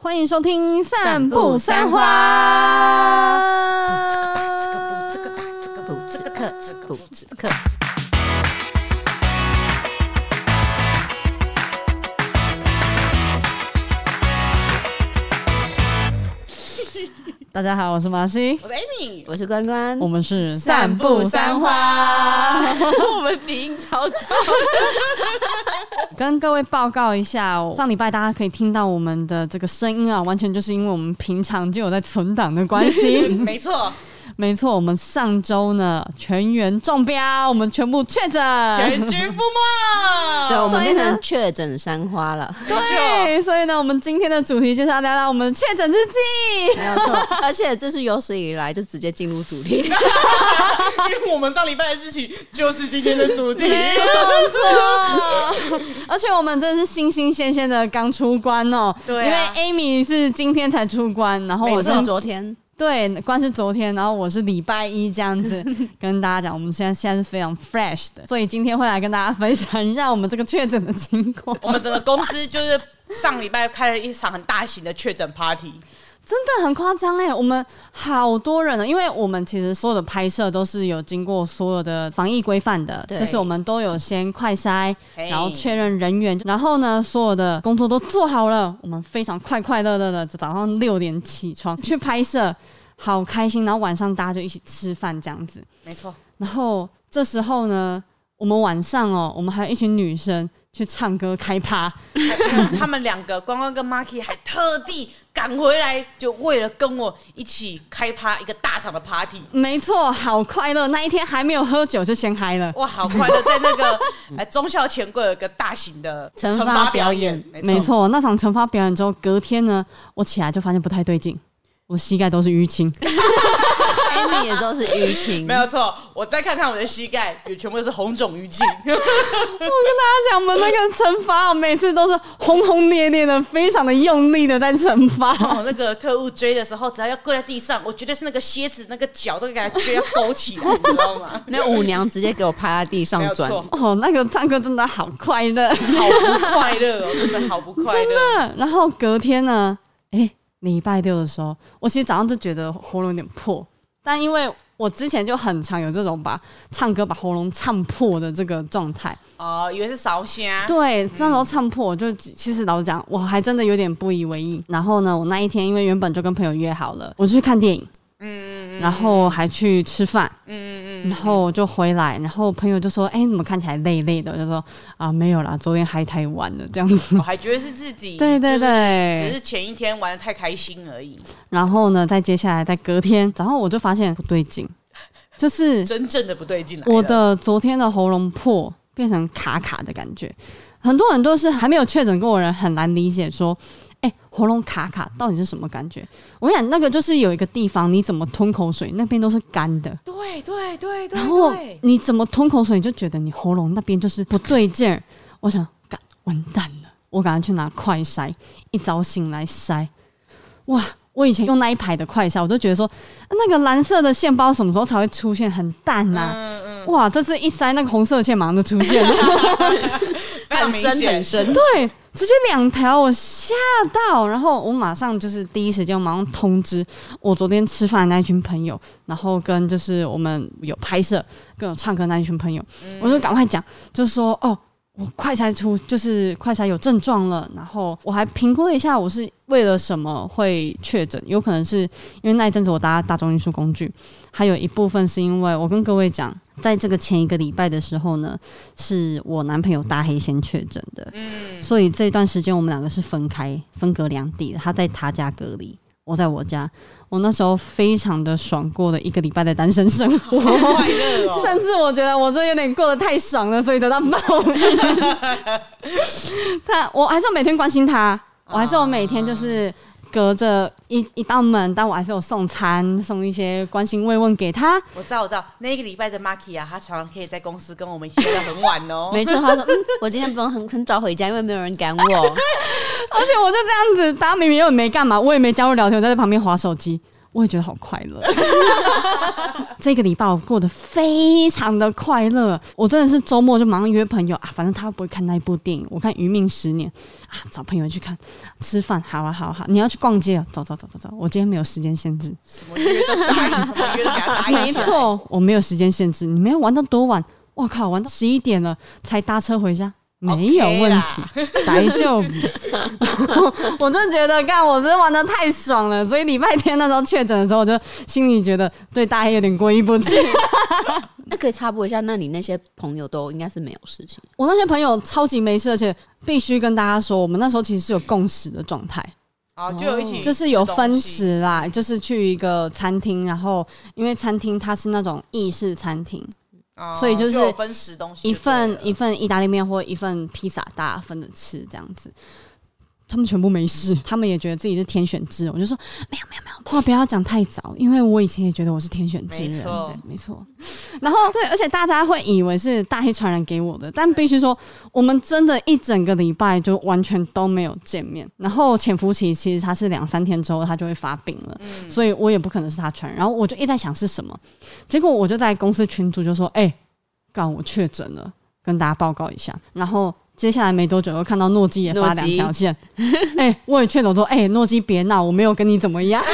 欢迎收听散步三花。大家好，我是马西， 我是 Amy， 我是关关， 我们是散步三花。 我们鼻音超重。 跟各位报告一下，上礼拜大家可以听到我们的这个声音啊，完全就是因为我们平常就有在存档的关系。 没错。 没错，我们上周呢全员中标，我们全部确诊， 全军覆没。 对，我们变成确诊三花了。 对，所以呢，我们今天的主题就是要聊聊我们的确诊日记。 没有错，而且这是有史以来就直接进入主题，因为我们上礼拜的事情就是今天的主题。 没错，而且我们真的是新新鲜鲜的刚出关哦。 对啊， 因为 Amy 是今天才出关，然后我是昨天。 对，关是昨天，然后我是礼拜一这样子跟大家讲，我们现在是非常 fresh 的，所以今天会来跟大家分享一下我们这个确诊的情况。 我们整个公司就是上礼拜开了一场很大型的确诊 party。 真的很夸张我们好多人呢，因为我们其实所有的拍摄都是有经过所有的防疫规范的，就是我们都有先快筛，然后确认人员，然后呢所有的工作都做好了，我们非常快快乐乐的早上6点起床去拍摄，好开心，然后晚上大家就一起吃饭这样子。 没错。 然后这时候呢，我们晚上我们还有一群女生去唱歌开趴， 他们两个关关跟 Marky 还特地赶回来，就为了跟我一起开趴一个大场的 party。 没错，好快乐！那一天还没有喝酒就先嗨了， 哇，好快乐！在那个忠孝钱柜有一个大型的惩罚表演， 没错，那场惩罚表演之后，隔天呢，我起来就发现不太对劲，我膝盖都是淤青。 Amy 也都是淤青， 没有错。我再看看我的膝盖，也全部都是红肿淤青。 我跟大家讲，我们那个惩罚，我每次都是轰轰烈烈的，非常的用力的在惩罚。 那个特务追的时候，只要跪在地上，我绝对是那个蝎子那个脚都给他追，要勾起来，你知道吗？ 那舞娘直接给我趴在地上转。 那个唱歌真的好快乐， 好不快乐哦，真的好不快乐。 真的。然后隔天呢，礼拜六的时候，我其实早上就觉得喉咙有点破。但因为我之前就很常有这种唱歌把喉咙唱破的这个状态， 以为是烧虾。对， 那时候唱破，就其实老实讲，我还真的有点不以为意。然后呢，我那一天因为原本就跟朋友约好了，我就去看电影，然后还去吃饭，然后我就回来，然后朋友就说：“你怎么看起来累累的？”我就说：“没有啦，昨天嗨太晚了，这样子。” 我还觉得是自己， 对对对， 只是前一天玩得太开心而已。 然后呢，再接下来在隔天，然后我就发现不对劲，就是真正的不对劲来了。 我的昨天的喉咙破变成卡卡的感觉，很多人都是还没有确诊过的人很难理解说。喉咙卡卡到底是什么感觉？我想那个就是有一个地方，你怎么吞口水，那边都是干的。 对对对对。 然后你怎么吞口水，你就觉得你喉咙那边就是不对劲儿。我想，完蛋了！我赶快去拿快筛，一早醒来筛。哇！我以前用那一排的快筛，我都觉得说那个蓝色的线包什么时候才会出现，很淡啊。哇！这次一筛，那个红色的线马上就出现了， 很深很深。 对。直接2条，我吓到，然后我马上就是第一时间马上通知我昨天吃饭的那一群朋友，然后跟就是我们有拍摄跟有唱歌那一群朋友，我就赶快讲，就说我快筛就是快筛有症状了，然后我还评估了一下我是为了什么会确诊，有可能是因为那一阵子我搭大众运输工具，还有一部分是因为我跟各位讲，在这个前一个礼拜的时候呢，是我男朋友大黑先确诊的，所以这段时间我们两个是分隔两地的，他在他家隔离，我在我家。我那时候非常的爽过了1个礼拜的单身生活， 好快乐哦！ 甚至我觉得我这有点过得太爽了，所以得到抱怨。我还是有每天关心他，我还是有每天就是隔着一道门，但我还是有送餐，送一些关心慰问给他。 我知道，那个礼拜的 Marky 啊，他常常可以在公司跟我们一起待到很晚哦。 没错，他说我今天不用很早回家，因为没有人赶我。 而且我就这样子，大家明明又没干嘛，我也没加入聊天，我在旁边滑手机。 我也觉得好快乐。这个礼拜我过得非常的快乐，我真的是周末就马上约朋友啊，反正他不会看那一部电影，我看《余命10年》啊，找朋友去看，吃饭，好啊好啊好，你要去逛街哦，走，我今天没有时间限制， 什么约都答应，什么约都给他答应。 没错，我没有时间限制，你们要玩到多晚？我靠，玩到11点了才搭车回家。没有问题，大丈夫。我就觉得，干，我真的玩得太爽了，所以礼拜天那时候确诊的时候，我就心里觉得对大黑有点过意不去。 那可以插播一下，那你那些朋友都应该是没有事情？ 我那些朋友超级没事，而且必须跟大家说，我们那时候其实是有共识的状态。 就有一起， 就是有分食啦，就是去一个餐厅，然后因为餐厅它是那种意式餐厅。所以就是有分食东西， 一份意大利面或一份披萨，大家分着吃这样子。他们全部没事，他们也觉得自己是天选之人。我就说没有，话不要讲太早，因为我以前也觉得我是天选之人，对，没错。然后对，而且大家会以为是大黑传染给我的，但必须说，我们真的一整个礼拜就完全都没有见面。然后潜伏期其实他是2-3天之后他就会发病了，所以我也不可能是他传染。然后我就一直在想是什么，结果我就在公司群组就说，干，我确诊了，跟大家报告一下。然后接下来没多久，又看到诺基也发2条线，我也劝我说，诺基别闹，我没有跟你怎么样。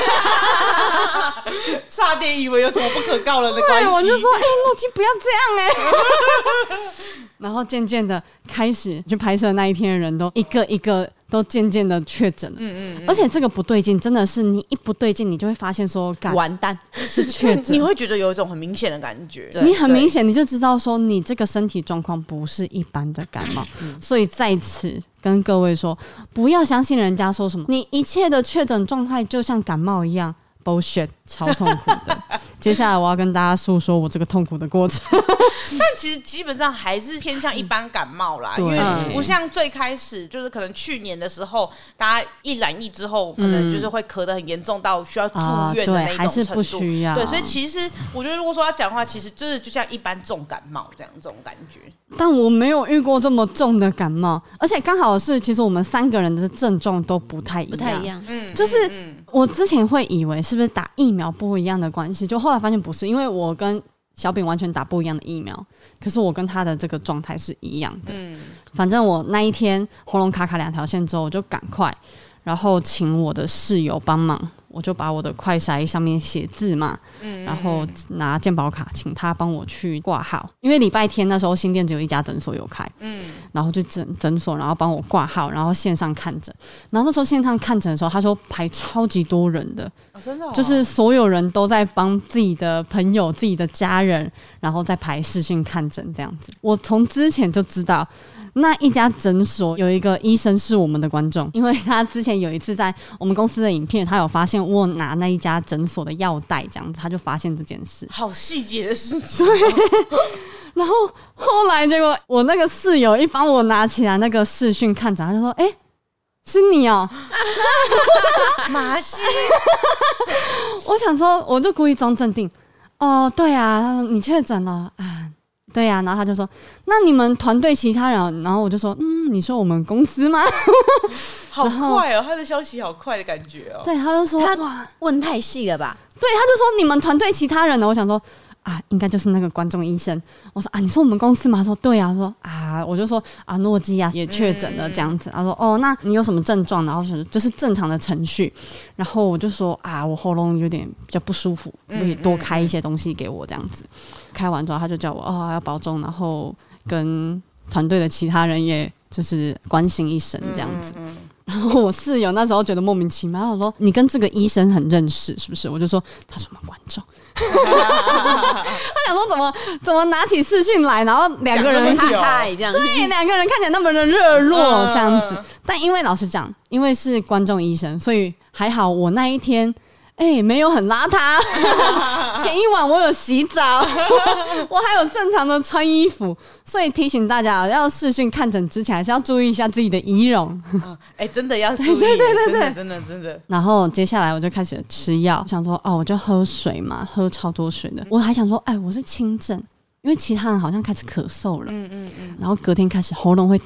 差点以为有什么不可告人的关系， 我就说，诺基不要这样然后渐渐的开始去拍摄那一天的人都一个一个都渐渐的确诊了，而且这个不对劲，真的是你一不对劲，你就会发现说， 完蛋是确诊， 你会觉得有一种很明显的感觉， 你很明显你就知道说你这个身体状况不是一般的感冒，所以在此跟各位说，不要相信人家说什么，你一切的确诊状态就像感冒一样。bullshit， 超痛苦的。接下来我要跟大家诉说我这个痛苦的过程。 但其实基本上还是偏向一般感冒啦，因为不像最开始就是可能去年的时候，大家一染疫之后，可能就是会咳得很严重到需要住院的那种程度。 还是不需要。 对，所以其实我觉得，如果说要讲的话，其实就是就像一般重感冒这种感觉。 但我没有遇过这么重的感冒，而且刚好是，其实我们3个人的症状都不太一样。就是我之前会以为是不是打疫苗不一样的关系，就后来发现不是，因为我跟小饼完全打不一样的疫苗，可是我跟他的这个状态是一样的。反正我那一天喉咙卡2条线之后，我就赶快，然后请我的室友帮忙，我就把我的快筛上面写字嘛，然后拿健保卡请他帮我去挂号，因为礼拜天那时候新店只有一家诊所有开，然后就诊所，然后帮我挂号，然后线上看诊，然后那时候线上看诊的时候，他说排超级多人的， 真的就是所有人都在帮自己的朋友、自己的家人，然后在排视讯看诊这样子。我从之前就知道。那一家诊所有一个医生是我们的观众，因为他之前有一次在我们公司的影片，他有发现我拿那一家诊所的药袋，这样子他就发现这件事， 好细节的事情。 对，然后后来结果我那个室友一帮我拿起来那个视讯看诊，他就说：“是你哦。” 马西， 我想说，我就故意装镇定。哦，对啊，他说你确诊了啊。对呀、然后他就说：“那你们团队其他人？”然后我就说：“你说我们公司吗？” 好快哦，他的消息好快的感觉哦。 对，他就说：“ 哇，问太细了吧？” 对，他就说：“你们团队其他人呢？”我想说：“应该就是那个观众医生。”我说：“你说我们公司吗？”他说：“对啊。”他说：“我就说诺基也确诊了这样子。”他说：“哦，那你有什么症状？”然后就是正常的程序。然后我就说：“我喉咙有点比较不舒服，可以多开一些东西给我这样子。”开完之后，他就叫我要保重，然后跟团队的其他人也就是关心一声这样子。然后我室友那时候觉得莫名其妙，他说：“你跟这个医生很认识是不是？”我就说：“他是我们观众。”他想说怎么拿起视讯来，然后2个人嗨这样， 对，2个人看起来那么的热络这样子。但因为老实讲，因为是观众医生，所以还好我那一天。没有很邋遢。前一晚我有洗澡，我还有正常的穿衣服，所以提醒大家要视讯看诊之前，还是要注意一下自己的仪容。 真的要注意， 对， 真的。 然后接下来我就开始吃药，想说我就喝水嘛，喝超多水的。我还想说，我是轻症，因为其他人好像开始咳嗽了，然后隔天开始喉咙会痛，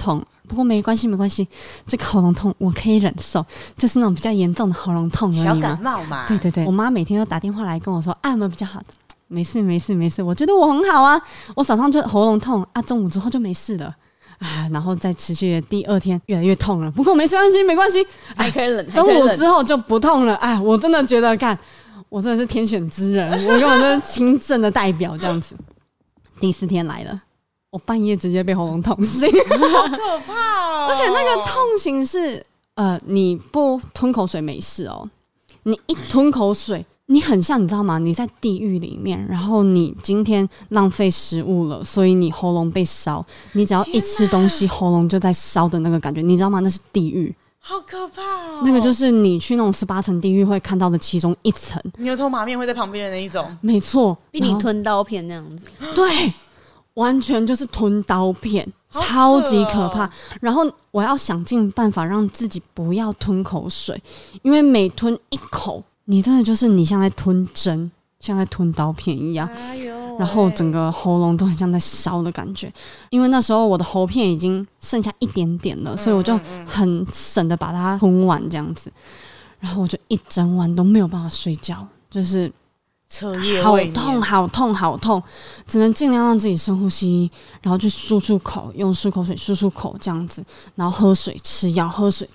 不过没关系，这个喉咙痛我可以忍受，就是那种比较严重的喉咙痛而已嘛， 小感冒嘛。 对对对，我妈每天都打电话来跟我说，有没有比较好的？没事，我觉得我很好啊，我早上就喉咙痛啊，中午之后就没事了。然后再持续的第2天越来越痛了，不过没关系， 还可以忍。 中午之后就不痛了。我真的觉得，我真的是天选之人，我根本就是轻症的代表这样子。第4天来了，我半夜直接被喉咙痛醒， 好可怕哦！ 而且那个痛醒是，你不吞口水没事哦，你一吞口水。你很像，你知道吗？你在地狱里面，然后你今天浪费食物了，所以你喉咙被烧。你只要一吃东西，喉咙就在烧的那个感觉，你知道吗？那是地狱， 好可怕哦！ 那个就是你去那种18层地狱会看到的其中1层， 牛头马面会在旁边的那一种， 没错， 比你吞刀片那样子。 对，完全就是吞刀片，超级可怕。然后我要想尽办法让自己不要吞口水，因为每吞一口。你真的就是你像在吞针，像在吞刀片一样，然后整个喉咙都很像在烧的感觉。因为那时候我的喉片已经剩下一点点了，所以我就很省的把它吞完这样子。然后我就一整晚都没有办法睡觉，就是好痛，只能尽量让自己深呼吸，然后去漱口，用漱口水漱口这样子，然后喝水吃药。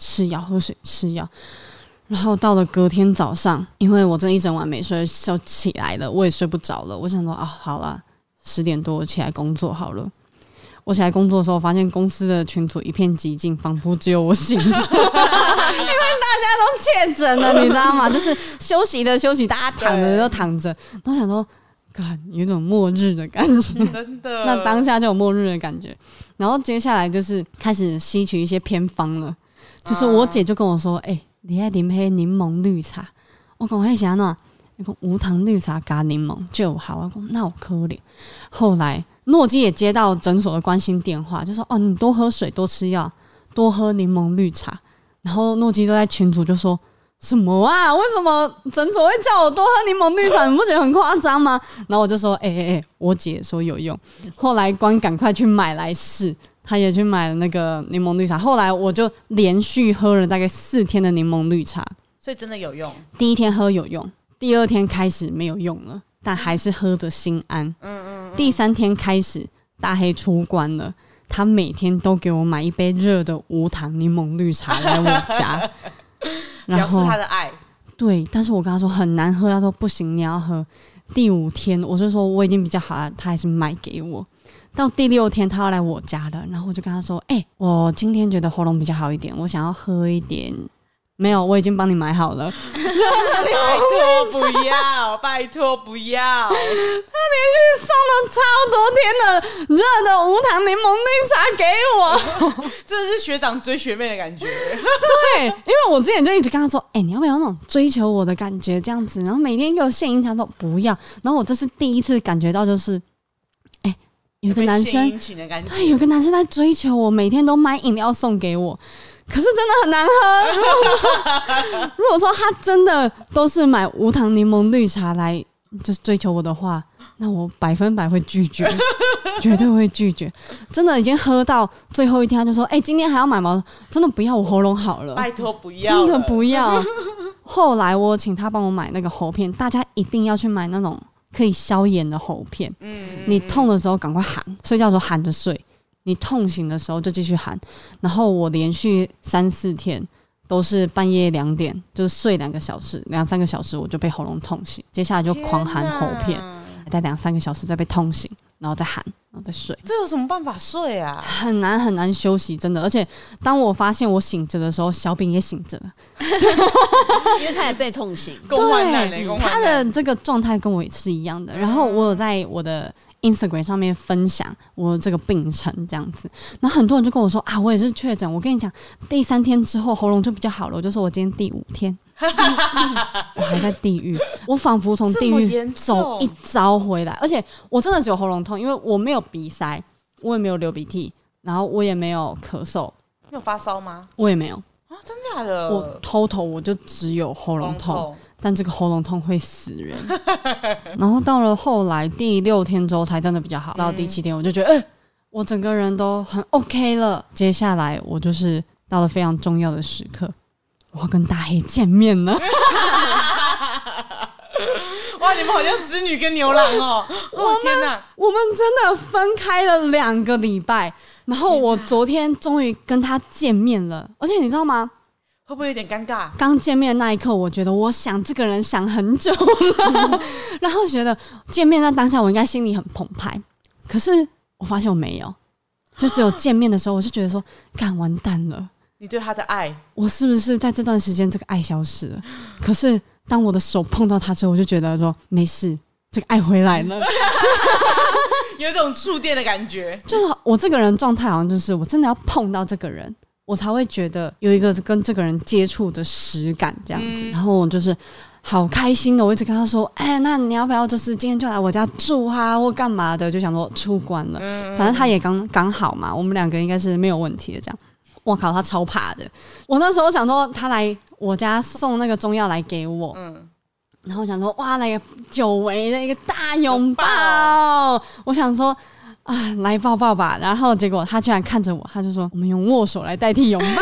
然后到了隔天早上，因为我真的一整晚没睡，就起来了，我也睡不着了。我想说好啦，10点多我起来工作好了。我起来工作的时候，发现公司的群组一片寂静，仿佛只有我醒着，因为大家都确诊了，你知道吗？就是休息的休息，大家躺着都躺着。然后想说，有一种末日的感觉， 真的。 那当下就有末日的感觉。然后接下来就是开始吸取一些偏方了，就是我姐就跟我说，你爱啉迄柠檬绿茶，我讲迄是安怎？伊讲无糖绿茶加柠檬就好。我讲那有可能。后来诺基也接到诊所的关心电话，就说你多喝水，多吃药，多喝柠檬绿茶。然后诺基都在群组就说什么啊？为什么诊所会叫我多喝柠檬绿茶？你不觉得很夸张吗？然后我就说我姐说有用。后来赶快去买来试。他也去买了那个柠檬绿茶，后来我就连续喝了大概4天的柠檬绿茶， 所以真的有用。 第1天喝有用，第2天开始没有用了，但还是喝着心安。第3天开始大黑出关了，他每天都给我买一杯热的无糖柠檬绿茶来我家， 表示他的爱。 对，但是我跟他说很难喝，他说不行，你要喝。第5天，我就说我已经比较好了，他还是买给我。到第6天他要来我家了，然后我就跟他说我今天觉得喉咙比较好一点，我想要喝一点。没有，我已经帮你买好了。 拜托不要！他连续送了超多天的热的无糖柠檬绿茶给我， 真的是学长追学妹的感觉。 对，因为我之前就一直跟他说你要不要那种追求我的感觉这样子，然后每天给我献殷勤，他说不要。然后我这是第一次感觉到，就是有个男生，对，有个男生在追求我，每天都买饮料送给我，可是真的很难喝。如果说他真的都是买无糖柠檬绿茶来就是追求我的话，那我100%会拒绝，绝对会拒绝。真的已经喝到最后一天，他就说今天还要买吗？真的不要，我喉咙好了， 拜托不要， 真的不要。后来我请他帮我买那个喉片，大家一定要去买那种可以消炎的喉片。你痛的时候赶快喊，睡觉的时候喊着睡，你痛醒的时候就继续喊。然后我连续3-4天都是半夜2点，就是睡2个小时，2-3个小时我就被喉咙痛醒，接下来就狂喊喉片，再2-3个小时再被痛醒，然后再喊，然后再睡。 这有什么办法睡啊？ 很难休息，真的。而且当我发现我醒着的时候，小饼也醒着了， 因为他也被痛醒。 对，他的这个状态跟我也是一样的。然后我有在我的 Instagram 上面分享我这个病程这样子，然后很多人就跟我说我也是确诊。我跟你讲，第3天之后喉咙就比较好了。我就说我今天第5天。我还在地狱，我仿佛从地狱走一遭回来，而且我真的只有喉咙痛，因为我没有鼻塞，我也没有流鼻涕，然后我也没有咳嗽。 你有发烧吗？ 我也没有啊，真假的？ 我total我就只有喉咙痛，但这个喉咙痛会死人。然后到了后来第6天之后才真的比较好，到第7天我就觉得我整个人都很 OK 了。接下来我就是到了非常重要的时刻，我要跟大黑见面了。 哇，你们好像织女跟牛郎哦！天哪， 我们真的分开了2个礼拜，然后我昨天终于跟他见面了，而且你知道吗？ 会不会有点尴尬？ 刚见面的那一刻，我觉得我想这个人想很久了，然后觉得见面那当下我应该心里很澎湃，可是我发现我没有，就只有见面的时候，我就觉得说，干完蛋了， 你对他的爱，我是不是在这段时间这个爱消失了？可是当我的手碰到他之后，我就觉得说没事，这个爱回来了。 有一种触电的感觉。 就是我这个人状态好像就是我真的要碰到这个人，我才会觉得有一个跟这个人接触的实感这样子。然后我就是好开心的，我一直跟他说，那你要不要就是今天就来我家住啊，或干嘛的？就想说出关了，反正他也刚好嘛，我们2个应该是没有问题的这样。哇靠，他超怕的。我那时候想说他来我家送那个中药来给我，然后我想说哇，来个久违的一个大拥抱，我想说啊，来抱抱吧。然后结果他居然看着我，他就说我们用握手来代替拥抱。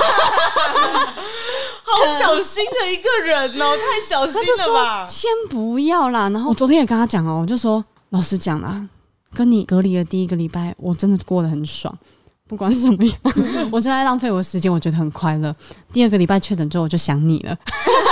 好小心的一个人哦，太小心了吧？ 先不要啦。然后我昨天也跟他讲哦，我就说老实讲啦，跟你隔离的第1个礼拜，我真的过得很爽。不管什么样，我就在浪费我的时间，我觉得很快乐。第2个礼拜确诊之后，我就想你了。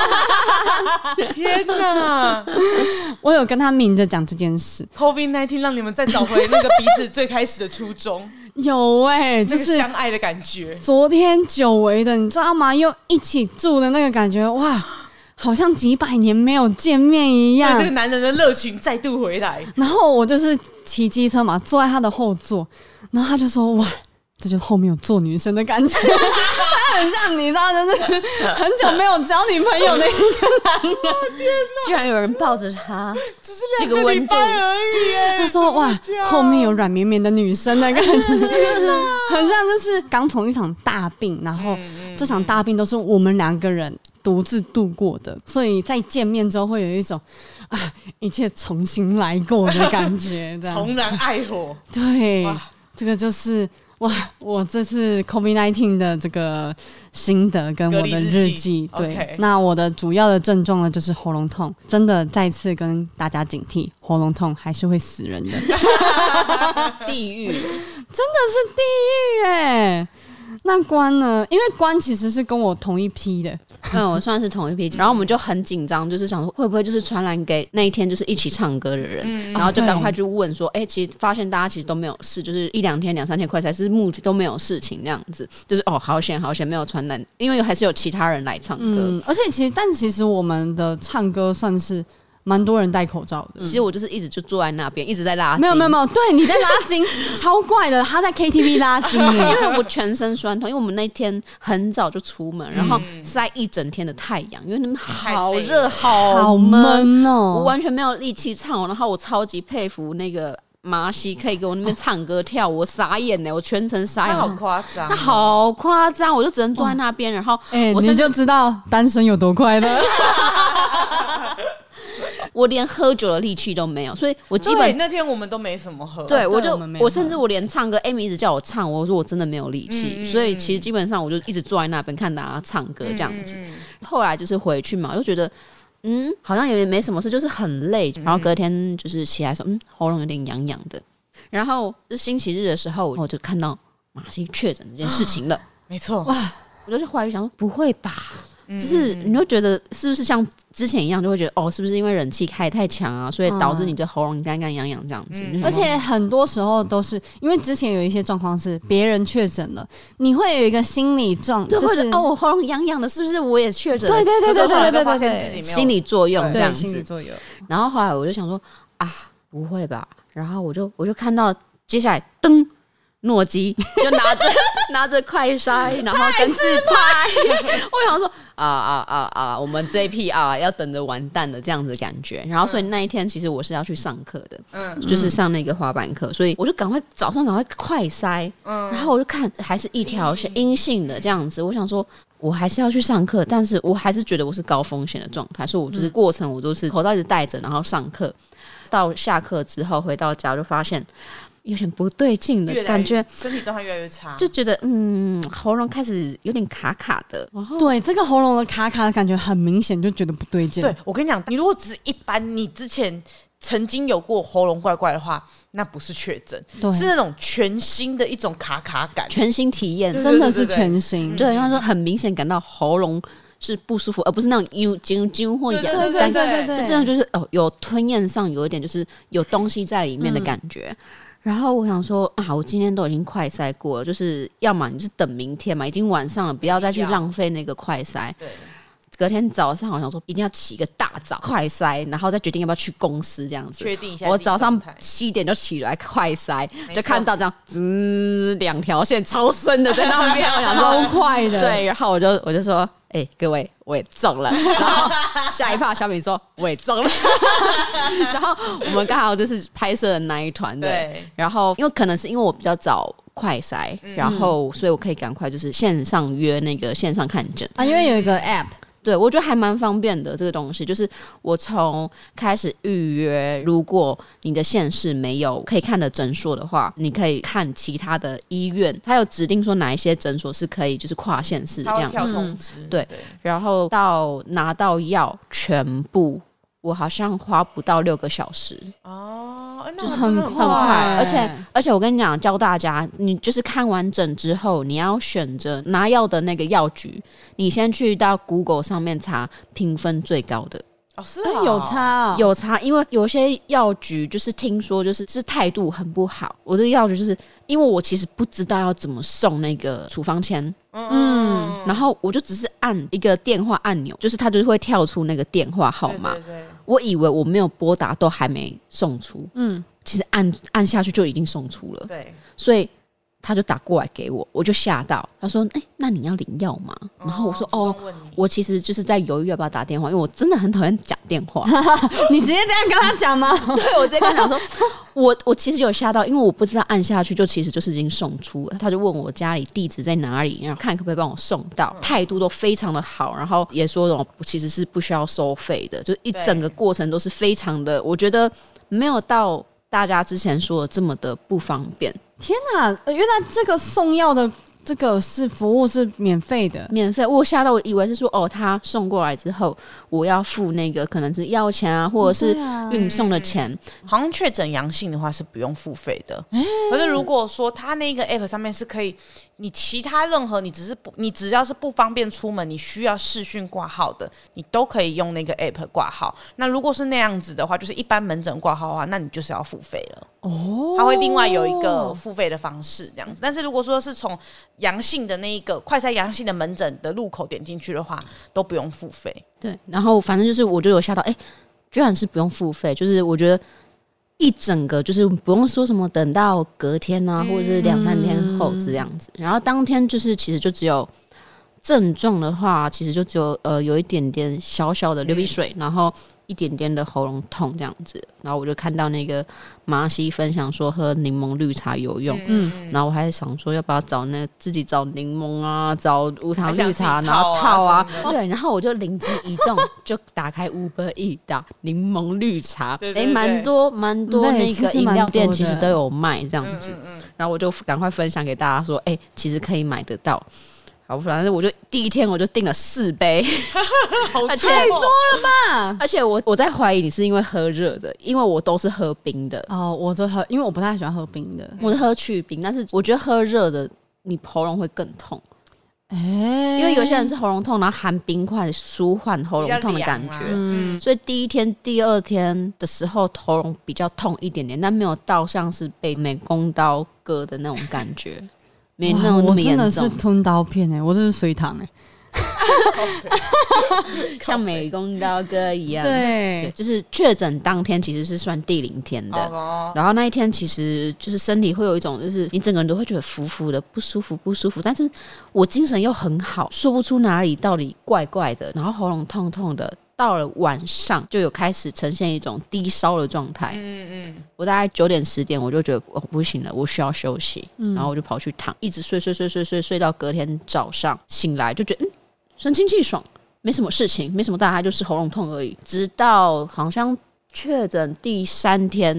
天哪！ 我有跟他明着讲这件事。 COVID-19 让你们再找回那个彼此最开始的初衷。 有就是相爱的感觉。 昨天久违的，你知道吗？又一起住的那个感觉，哇，好像几百年没有见面一样。 这个男人的热情再度回来。 然后我就是骑机车嘛，坐在他的后座，然后他就说：“哇。”这就是后面有做女生的感觉，他很像你知道，就是很久没有交女朋友的一个男人。 居然有人抱着他， 只是2个礼拜而已耶。 他说：“哇，后面有软绵绵的女生的感觉，很像就是刚从一场大病，然后这场大病都是我们2个人独自度过的，所以在见面之后会有一种一切重新来过的感觉， 重燃爱火。 对，这个就是。”哇！我这次 COVID-19 的这个心得跟我的日记，对， okay. 那我的主要的症状呢就是喉咙痛，真的再次跟大家警惕，喉咙痛还是会死人的， 地狱，真的是地狱耶！那关呢？因为关其实是跟我同一批的， 我算是同一批。然后我们就很紧张，就是想说会不会就是传染给那一天就是一起唱歌的人，然后就赶快去问说，其实发现大家其实都没有事，就是1-2天、2-3天快筛是目都没有事情那样子，就是好险没有传染，因为还是有其他人来唱歌， 而且其实我们的唱歌算是。蛮多人戴口罩的， 其实我就是一直就坐在那边，一直在拉筋。 没有，对，你在拉筋，超怪的。他在 KTV 拉筋，因为我全身酸痛，因为我们那天很早就出门，然后晒1整天的太阳，因为那边好热好闷哦，我完全没有力气唱。然后我超级佩服那个麻西，可以给我那边唱歌跳舞，我傻眼呢，我全程傻眼。 他好夸张， 他好夸张，我就只能坐在那边，然后你就知道单身有多快乐。 我连喝酒的力气都没有，所以我基本那天我们都没什么喝。 对，我甚至我连唱歌 ，Amy 一直叫我唱，我说我真的没有力气，所以其实基本上我就一直坐在那边看大家唱歌这样子。后来就是回去嘛，我就觉得好像也没什么事，就是很累。然后隔天就是起来说喉咙有点痒痒的，然后就星期日的时候我就看到马西确诊这件事情了。 没错， 哇！我就怀疑想说不会吧。就是你会觉得是不是像之前一样，就会觉得是不是因为冷气开太强啊，所以导致你的喉咙干干痒痒这样子。 而且很多时候都是因为之前有一些状况是别人确诊了，你会有一个心理就是我喉咙痒痒的，是不是我也确诊了？ 对， 心理作用这样子。 心理作用。 然后后来我就想说不会吧？然后我就看到接下来噔。诺基就拿着快筛，然后跟自拍。我想说我们这一批要等着完蛋了这样子的感觉。然后所以那一天其实我是要去上课的，就是上那个滑板课，所以我就早上赶快快筛，然后我就看还是一条是阴性的这样子。我想说我还是要去上课，但是我还是觉得我是高风险的状态，所以我就是过程我都是口罩一直戴着，然后上课。到下课之后回到家就发现有点不对劲的感觉， 身体状态越来越差， 就觉得喉咙开始有点卡卡的。 对，这个喉咙的卡卡的感觉很明显，就觉得不对劲。 对，我跟你讲，你如果只是一般，你之前曾经有过喉咙怪怪的话，那不是确诊，是那种全新的一种卡卡感， 全新体验， 真的是全新。 对，他说很明显感到喉咙是不舒服，而不是那种啾或痒， 对， 是真的就是有吞咽上有一点就是有东西在里面的感觉。然后我想说啊，我今天都已经快筛过了，就是要么你就是等明天嘛，已经晚上了，不要再去浪费那个快筛。对。隔天早上，我想说一定要起个大早快筛，然后再决定要不要去公司这样子。 确定一下。 我早上7点就起来快筛，就看到这样2条线超深的在那边，我想说超快的。 对，然后我就说，各位我也中了。然后下一趴小品说我也中了。然后我们刚好就是拍摄的那一团的。对。然后因为可能是因为我比较早快筛，然后所以我可以赶快就是线上约那个线上看诊啊，因为有一个 app。 对，我觉得还蛮方便的这个东西，就是我从开始预约，如果你的县市没有可以看的诊所的话，你可以看其他的医院，它有指定说哪一些诊所是可以就是跨县市的这样子。对，然后到拿到药全部，我好像花不到6个小时哦， 就是很快， 而且我跟你讲，教大家，你就是看完诊之后，你要选择拿药的那个药局，你先去到 Google 上面查评分最高的。 是啊， 有差哦， 有差，因为有些药局就是听说就是态度很不好。我的药局就是因为我其实不知道要怎么送那个处方签，然后我就只是按一个电话按钮，就是它就会跳出那个电话号码。对，我以为我没有拨打都还没送出，其实按下去就已经送出了。对，所以他就打过来给我，我就吓到。他说：“那你要领药吗？”然后我说：“我其实就是在犹豫要不要打电话，因为我真的很讨厌讲电话。” 你直接这样跟他讲吗？ 对，我直接跟他讲说，我其实有吓到，因为我不知道按下去就其实就是已经送出了。他就问我家里地址在哪里，然后看可不可以帮我送到，态度都非常的好，然后也说其实是不需要收费的，就一整个过程都是非常的，我觉得没有到大家之前说的这么的不方便。 天哪，原来这个送药的这个是服务是免费的， 免费。我吓到，我以为是说他送过来之后我要付那个可能是药钱啊，或者是运送的钱。 好像确诊阳性的话是不用付费的，可是如果说他那个 app 上面是可以，你其他任何你只要是不方便出门，你需要视讯挂号的，你都可以用那个 app 挂号。那如果是那样子的话，就是一般门诊挂号的话，那你就是要付费了。它会另外有一个付费的方式这样子。但是如果说是从阳性的那一个快筛阳性的门诊的入口点进去的话，都不用付费。 对，然后反正就是我就有吓到，居然是不用付费，就是我觉得一整个就是不用说什么等到隔天啊，或者是2-3天后这样子。然后当天就是其实就只有症状的话，其实就只有有一点点小小的流鼻水，然后一点点的喉咙痛这样子。然后我就看到那个麻西分享说喝柠檬绿茶有用，然后我还想说要不要自己找柠檬啊，找无糖绿茶然后套啊，对，然后我就灵机一动就打开 Uber Eats 打柠檬绿茶，蛮多那个饮料店其实都有卖这样子，然后我就赶快分享给大家说其实可以买得到。好，反正我就第一天我就订了4杯， 太多了吧？ 而且我在怀疑你是因为喝热的，因为我都是喝冰的。 我就喝，因为我不太喜欢喝冰的， 我是喝去冰，但是我觉得喝热的你喉咙会更痛。因为有些人是喉咙痛，然后含冰块舒缓喉咙痛的感觉，所以第一天、第二天的时候喉咙比较痛一点点，但没有到像是被美工刀割的那种感觉。没那么严重， 我真的是吞刀片我这是水糖像美工刀割一样。 对， 就是确诊当天其实是算第0天的，然后那一天其实就是身体会有一种就是你整个人都会觉得浮浮的不舒服，但是我精神又很好，说不出哪里到底怪怪的，然后喉咙痛痛的。到了晚上就有开始呈现一种低烧的状态，我大概9点10点我就觉得不行了，我需要休息，然后我就跑去躺，一直睡到隔天早上醒来就觉得神清气爽，没什么事情，没什么大碍，就是喉咙痛而已。直到好像确诊第3天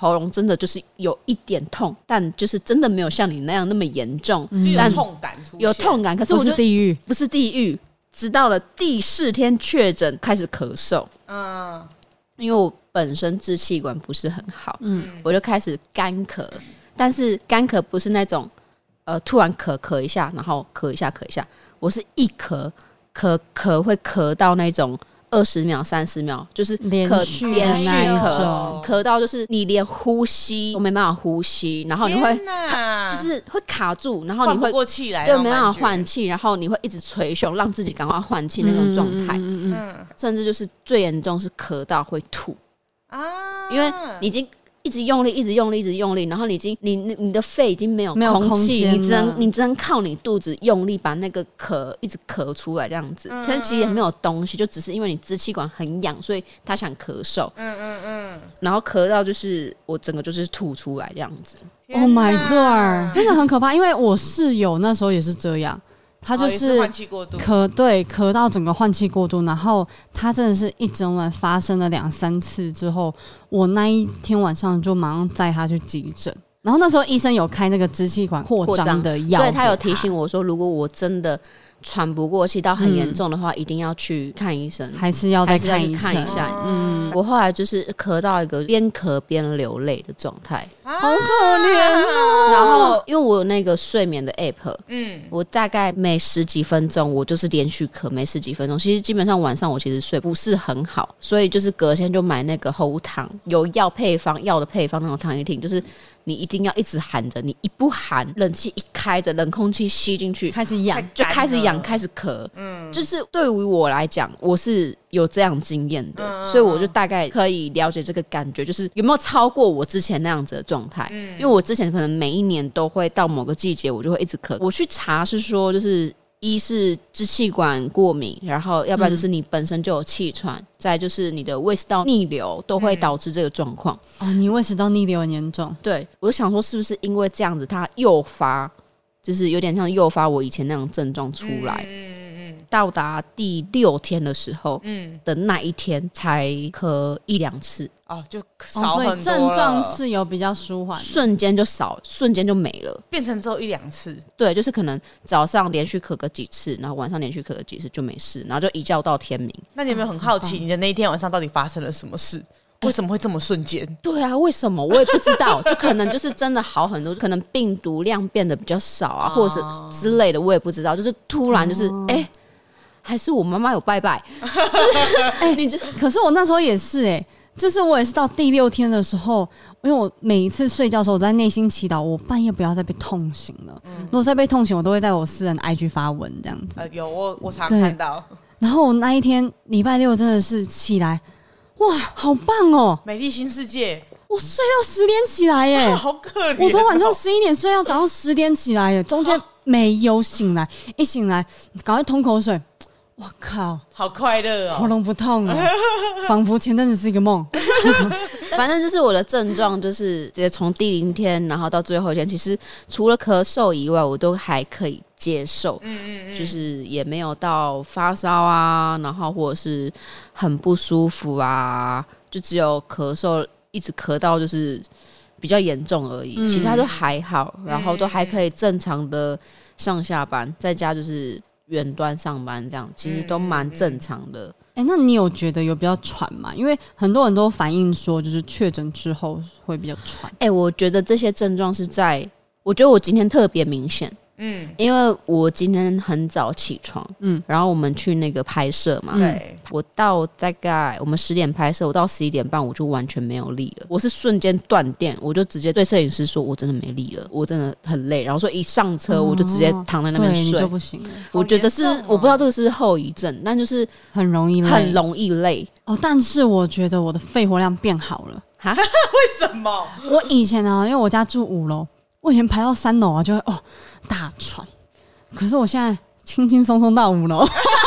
喉咙真的就是有一点痛，但就是真的没有像你那样那么严重， 就有痛感出现， 有痛感，可是我不是地狱， 不是地狱。直到了第4天确诊，开始咳嗽，因为我本身支气管不是很好，我就开始干咳，但是干咳不是那种突然咳一下，然后咳一下，我是一咳会咳到那种20秒、30秒，就是连续咳到就是你连呼吸都没办法呼吸，然后你会就是会卡住，然后你会换不过气来， 对，没办法换气，然后你会一直捶胸，让自己赶快换气那种状态，甚至就是最严重是咳到会吐因为你已经一直用力，然后你的肺已经没有空气，你只能靠你肚子用力把那个一直咳出来这样子。其实也没有东西，就只是因为你支气管很痒，所以他想咳嗽。然后咳到就是我整个就是吐出来这样子。 Oh my god， 真的很可怕。因为我室友那时候也是这样。他就是换气过度， 咳到整个换气过度，然后他真的是一整晚发生了2-3次之后，我那一天晚上就马上载他去急诊，然后那时候医生有开那个支气管扩张的药， 所以他有提醒我说，如果我真的喘不过气到很严重的话，一定要去看医生， 还是要再看一下。我后来就是咳到一个边咳边流泪的状态， 好可怜哦。 然后因为我有那个睡眠的 app，我大概每10几分钟我就是连续咳，每10几分钟。其实基本上晚上我其实睡不是很好，所以就是隔天就买那个喉糖，有药的配方那种糖一听，就是你一定要一直含着，你一不含，冷气一开着，冷空气吸进去， 开始痒， 就开始痒，开始咳。就是对于我来讲，我是有这样经验的，所以我就大概可以了解这个感觉，就是有没有超过我之前那样子的状态。因为我之前可能每一年都会到某个季节，我就会一直咳。我去查是说，就是一是支气管过敏，然后要不然就是你本身就有气喘，再就是你的胃食道逆流都会导致这个状况。 你胃食道逆流很严重。 对，我就想说是不是因为这样子它诱发，就是有点像诱发我以前那种症状出来。到达第6天的时候，的那一天才咳1-2次。 就少很多了， 所以症状是有比较舒缓， 瞬间就少，瞬间就没了， 变成只有1-2次。 对，就是可能早上连续咳个几次，然后晚上连续咳个几次就没事，然后就一觉到天明。 那你有没有很好奇，你的那一天晚上到底发生了什么事？为什么会这么瞬间？ 对啊，为什么我也不知道，就可能就是真的好很多，可能病毒量变得比较少啊，或者是之类的，我也不知道，就是突然就是还是我妈妈有拜拜， 可是我那时候也是就是我也是到第6天的时候，因为我每一次睡觉的时候，我在内心祈祷，我半夜不要再被痛醒了。如果再被痛醒，我都会在我私人 IG 发文这样子。 有我常看到。 然后我那一天礼拜6真的是起来，哇，好棒哦！ 美丽新世界， 我睡到10点起来耶， 好可怜。 我从晚上11点睡到早上10点起来耶，中间没有醒来，一醒来赶快吞口水。我靠， 好快乐哦， 喉咙不痛了，仿佛前阵子是一个梦。 反正就是我的症状，就是直接从第0天，然后到最后一天，其实除了咳嗽以外，我都还可以接受。就是也没有到发烧啊，然后或者是很不舒服啊，就只有咳嗽，一直咳到就是比较严重而已，其他都还好，然后都还可以正常的上下班，在家就是远端上班这样，其实都蛮正常的。 那你有觉得有比较喘吗？因为很多人都反映说，就是确诊之后会比较喘。 我觉得这些症状是我觉得我今天特别明显。因为我今天很早起床，然后我们去那个拍摄嘛，我到大概我们10点拍摄，我到11点半我就完全没有力了，我是瞬间断电，我就直接对摄影师说，我真的没力了，我真的很累，然后说一上车我就直接躺在那边睡， 就不行了。 我觉得是，我不知道这个是后遗症，但就是很容易累但是我觉得我的肺活量变好了。 为什么？ 我以前因为我家住5楼，我以前排到3楼啊，就会大喘。可是我现在轻轻松松到5楼，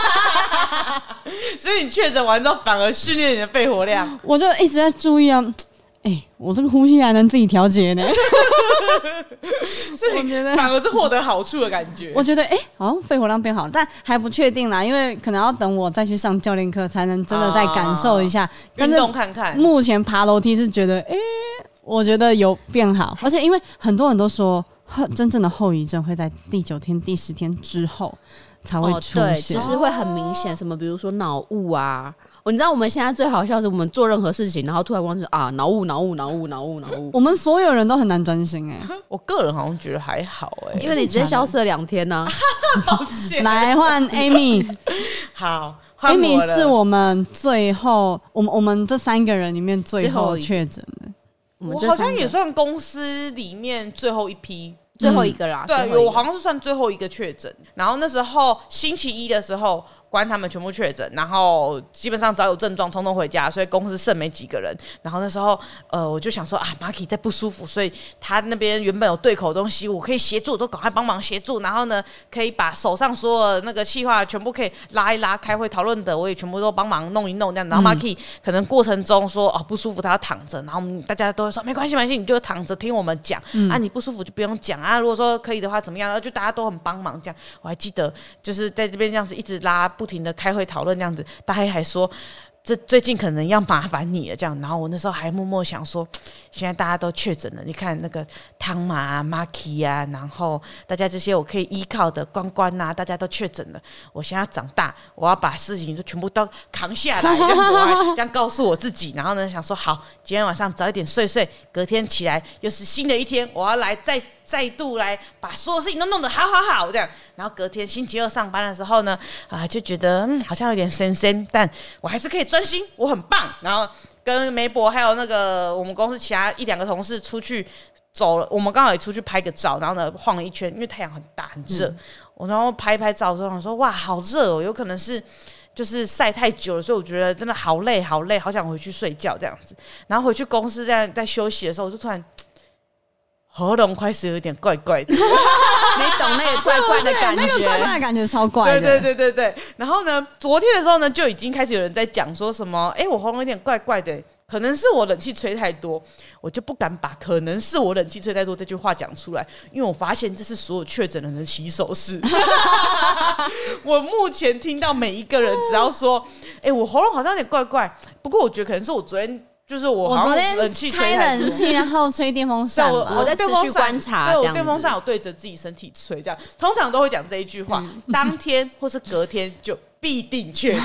所以你确诊完之后，反而训练你的肺活量。 我就一直在注意啊，我这个呼吸还能自己调节呢。 所以反而是获得好处的感觉。 我觉得好像肺活量变好了，但还不确定啦，因为可能要等我再去上教练课，才能真的再感受一下。 运动看看。 目前爬楼梯是觉得我觉得有变好，而且因为很多人都说真正的后遗症会在第9天、第10天之后才会出现， 对，就是会很明显，什么比如说脑雾啊。你知道我们现在最好笑是，我们做任何事情，然后突然忘记啊，脑雾。 我们所有人都很难专心我个人好像觉得还好因为你直接消失了2天呢。 抱歉。 来换 Amy， 好 ，Amy 是我们最后，我们这3个人里面最后确诊的。 我好像也算公司里面最后一批。 最后一个啦， 对，我好像是算最后一个确诊。然后那时候星期一的时候，关他们全部确诊，然后基本上只要有症状，通通回家，所以公司剩没几个人。然后那时候，我就想说啊 ，Marky 在不舒服，所以他那边原本有对口的东西，我可以协助，我都赶快帮忙协助。然后呢，可以把手上所有那个企划全部可以拉一拉，开会讨论的，我也全部都帮忙弄一弄这样。然后 Marky 可能过程中说哦不舒服，他要躺着，然后大家都会说没关系，你就躺着听我们讲啊，你不舒服就不用讲啊。如果说可以的话怎么样，就大家都很帮忙这样。我还记得就是在这边这样子一直拉。不停的开会讨论这样子，大家还说这最近可能要麻烦你了这样。然后我那时候还默默想说，现在大家都确诊了，你看那个汤马啊、Marky 啊，然后大家这些我可以依靠的关啊，大家都确诊了。我现在要长大，我要把事情就全部都扛下来，这样子我还这样告诉我自己。然后呢，想说好，今天晚上早一点睡，隔天起来又是新的一天，我要来再度来把所有事情都弄得好这样。然后隔天星期2上班的时候呢，就觉得好像有点神，但我还是可以专心，我很棒。然后跟梅博还有那个我们公司其他1-2个同事出去走了，我们刚好也出去拍个照，然后呢晃了一圈，因为太阳很大很热，我然后拍照的时候想说哇好热哦，有可能是就是晒太久了，所以我觉得真的好累，好想回去睡觉这样子。然后回去公司在休息的时候，我就突然喉咙开始有点怪怪的。 没懂那个怪怪的感觉， 那个怪怪的感觉超怪的。 对。然后呢，昨天的时候呢，就已经开始有人在讲说什么，我喉咙有点怪怪的，可能是我冷气吹太多，我就不敢把可能是我冷气吹太多这句话讲出来，因为我发现这是所有确诊人的起手式。我目前听到每一个人只要说，我喉咙好像有点怪怪，不过我觉得可能是我昨天。就是我昨天冷气开冷气，然后吹电风扇， 我在持续观察， 对，我电风扇有对着自己身体吹，这样通常都会讲这一句话，当天或是隔天就必定确诊。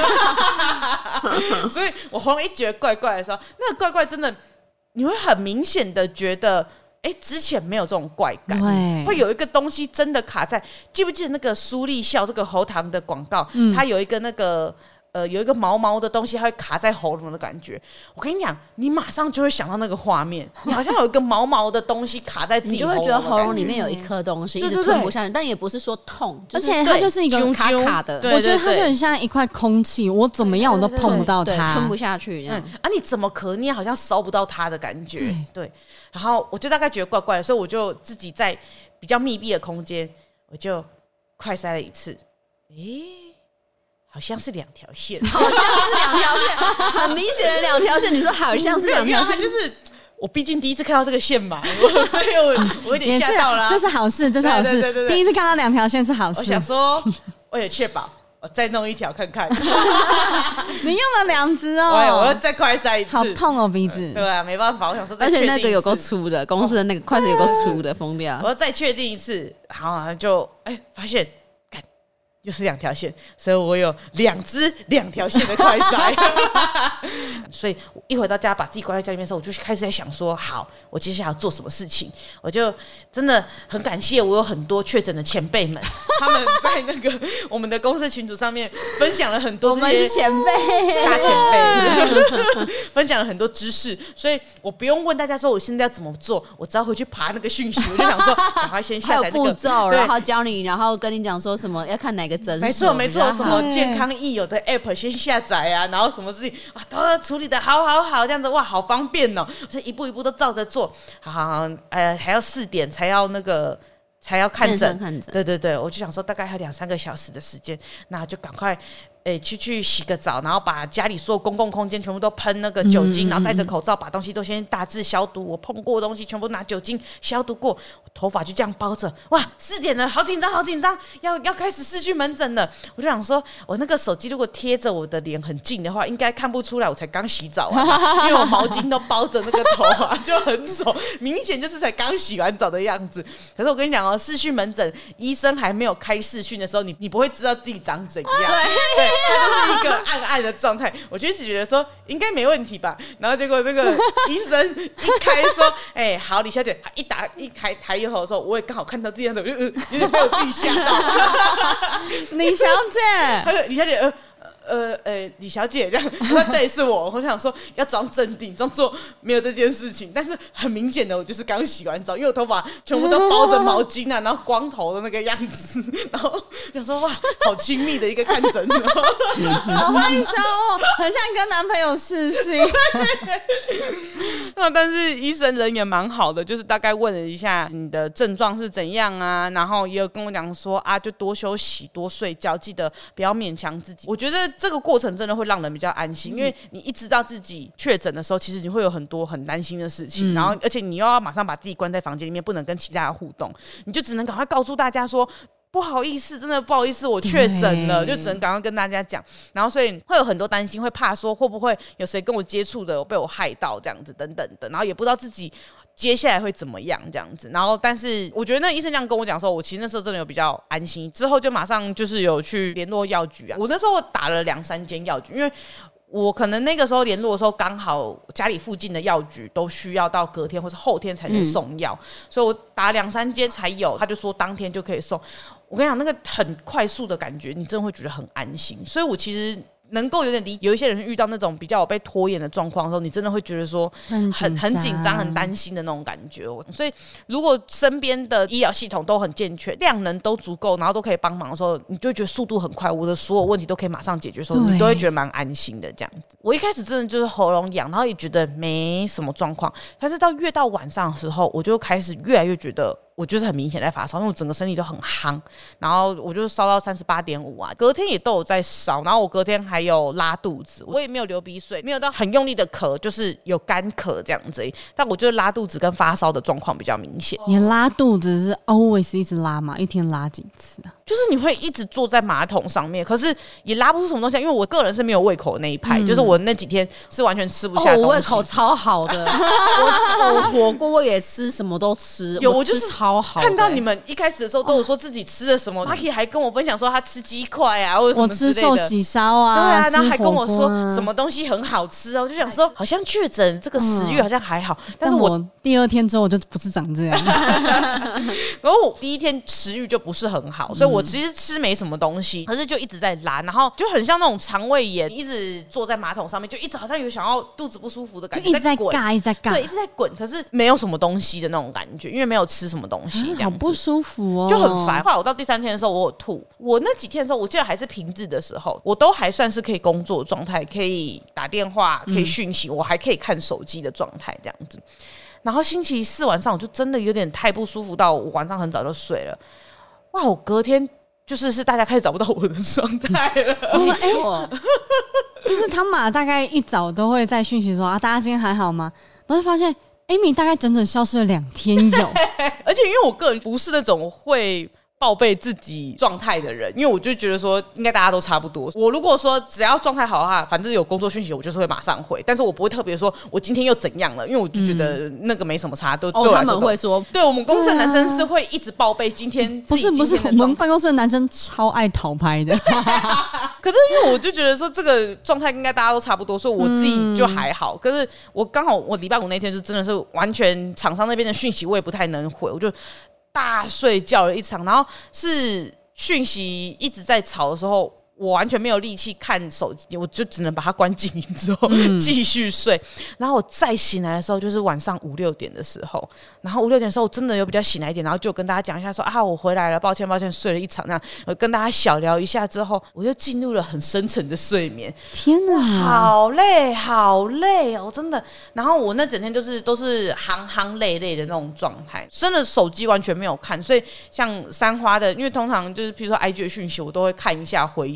所以我喉咙一觉得怪怪的时候，那个怪怪真的你会很明显的觉得之前没有这种怪感，会有一个东西真的卡在，记不记得那个舒立笑这个喉糖的广告，它有一个那个有一个毛毛的东西，它会卡在喉咙的感觉。我跟你讲，你马上就会想到那个画面，你好像有一个毛毛的东西卡在自己喉咙， 你就会觉得喉咙里面有一颗东西一直吞不下去，但也不是说痛， 而且它就是一个卡卡的。 我觉得它就很像一块空气，我怎么样我都碰不到它， 吞不下去这样。 你怎么咳，你也好像烧不到它的感觉。对，然后我就大概觉得怪怪的，所以我就自己在比较密闭的空间，我就快筛了一次，好像是2条线， 好像是2条线，很明显的2条线。你说好像是2条线， 就是我毕竟第一次看到这个线嘛，所以我有点吓到了。 这是好事，这是好事。对，第一次看到2条线是好事。 我想说，为了确保，我再弄1条看看。 你用了2支哦， 我要再快筛一次， 好痛哦鼻子。 对啊，没办法，我想说再确定一次， 而且那个有够粗的，公司的那个筷子有够粗的，疯掉。 我要再确定一次，好就发现。又是2条线，所以我有2支2条线的快筛。所以一回到家把自己关在家里面的时候，我就开始在想说，好，我接下来要做什么事情。我就真的很感谢我有很多确诊的前辈们，他们在那个我们的公司群组上面分享了很多， 我们是前辈， 大前辈，分享了很多知识，所以我不用问大家说我现在要怎么做，我只要回去爬那个讯息，我就想说赶快先下载那个步骤，然后教你，然后跟你讲说什么要看哪个诊所， 没错，什么健康益友的 app 先下载啊，然后什么事情都要处理的好这样子，哇，好方便哦！我就一步一步都照着做，还要4点才要看诊，对，我就想说大概还有2-3个小时的时间，那就赶快去洗个澡，然后把家里所有公共空间全部都喷那个酒精，然后戴着口罩，把东西都先大致消毒。我碰过的东西全部拿酒精消毒过。我头发就这样包着，哇，4点了，好紧张好紧张，要开始视讯门诊了。我就想说我那个手机如果贴着我的脸很近的话，应该看不出来我才刚洗澡因为我毛巾都包着那个头啊，就很丑，明显就是才刚洗完澡的样子。可是我跟你讲视讯门诊医生还没有开视讯的时候，你不会知道自己长怎样，对，它就是一个暗暗的状态。我就一直觉得说应该没问题吧，然后结果那个医生一开说好，李小姐，一抬头的时候，我也刚好看到自己的样子，有点被我自己吓到李小姐， 他说李小姐李小姐这样，他说对，是我。我想说要装镇定，装作没有这件事情，但是很明显的，我就是刚洗完澡，因为我头发全部都包着毛巾啊，然后光头的那个样子，然后想说哇，好亲密的一个看诊好害羞哦，很像跟男朋友视讯。 但是医生人也蛮好的，就是大概问了一下你的症状是怎样啊，然后也有跟我讲说就多休息多睡觉，记得不要勉强自己。我觉得这个过程真的会让人比较安心，因为你一知道自己确诊的时候，其实你会有很多很担心的事情，然后而且你又要马上把自己关在房间里面，不能跟其他人互动，你就只能赶快告诉大家说不好意思，真的不好意思，我确诊了，就只能赶快跟大家讲。然后所以会有很多担心，会怕说会不会有谁跟我接触的有被我害到这样子等等的，然后也不知道自己接下来会怎么样这样子。然后但是我觉得那医生这样跟我讲的时候，我其实那时候真的有比较安心，之后就马上就是有去联络药局啊。我那时候打了2-3间药局，因为我可能那个时候联络的时候，刚好家里附近的药局都需要到隔天或是后天才能送药，所以我打2-3间才有，他就说当天就可以送。我跟你讲，那个很快速的感觉，你真的会觉得很安心。所以我其实能够有点理解，有一些人遇到那种比较有被拖延的状况的时候，你真的会觉得说很紧张、很担心的那种感觉。所以如果身边的医疗系统都很健全，量能都足够，然后都可以帮忙的时候，你就会觉得速度很快，我的所有问题都可以马上解决的时候，你都会觉得蛮安心的这样子。我一开始真的就是喉咙痒，然后也觉得没什么状况，但是越到晚上的时候，我就开始越来越觉得我就是很明显在发烧，因为我整个身体都很夯，然后我就烧到38.5啊，隔天也都有在烧，然后我隔天还有拉肚子，我也没有流鼻水，没有到很用力的咳，就是有干咳这样子而已，但我觉得拉肚子跟发烧的状况比较明显。 你拉肚子是 always 一直拉吗？一天拉几次啊？ 就是你会一直坐在马桶上面，可是也拉不出什么东西，因为我个人是没有胃口的那一派，就是我那几天是完全吃不下东西。 我胃口超好的，我火锅也吃，什么都吃， 我就是超好的。 看到你们一开始的时候都有说自己吃了什么，阿 K 还跟我分享说他吃鸡块啊，或者什么之类的， 我吃寿喜烧啊， 对啊，然后还跟我说什么东西很好吃啊，我就想说好像确诊这个食欲好像还好，但是我第2天之后我就不是长这样， 然后我第1天食欲就不是很好，所以我其实吃没什么东西，可是就一直在拉，然后就很像那种肠胃炎，一直坐在马桶上面，就一直好像有想要肚子不舒服的感觉， 就一直在尬，一直在尬， 对，一直在滚，可是没有什么东西的那种感觉，因为没有吃什么东西， 好不舒服哦， 就很烦。后来我到第3天的时候，我有吐。我那几天的时候，我记得还是平日的时候，我都还算是可以工作的状态，可以打电话，可以讯息，我还可以看手机的状态这样子。然后星期4晚上，我就真的有点太不舒服，到我晚上很早就睡了。哇，我隔天是大家开始找不到我的状态了。 没错， 就是他们大概一早都会在讯息说大家今天还好吗？然后发现 Amy 大概整整消失了2天有， 而且因为我个人不是那种会报备自己状态的人，因为我就觉得说应该大家都差不多。我如果说只要状态好的话，反正有工作讯息我就是会马上回，但是我不会特别说我今天又怎样了，因为我就觉得那个没什么差，对我来说他们会说， 对我们公司的男生是会一直报备今天自己今天的状态。 不是，我们办公室的男生超爱讨拍的。 可是因为我就觉得说这个状态应该大家都差不多，所以我自己就还好。可是我刚好我礼拜5那天就真的是完全厂商那边的讯息我也不太能回，我就大睡觉了一场，然后是讯息一直在吵的时候，我完全没有力气看手机，我就只能把它关静音之后继续睡。然后我再醒来的时候，就是晚上5-6点的时候。然后5-6点的时候，我真的有比较醒来一点，然后就跟大家讲一下说我回来了，抱歉，睡了一场。那我跟大家小聊一下之后，我就进入了很深沉的睡眠。 天哪， 好累，好累哦，真的。然后我那整天都是夯累累的那种状态，真的手机完全没有看。所以像三花的，因为通常就是譬如说 IG 的讯息，我都会看一下回一下。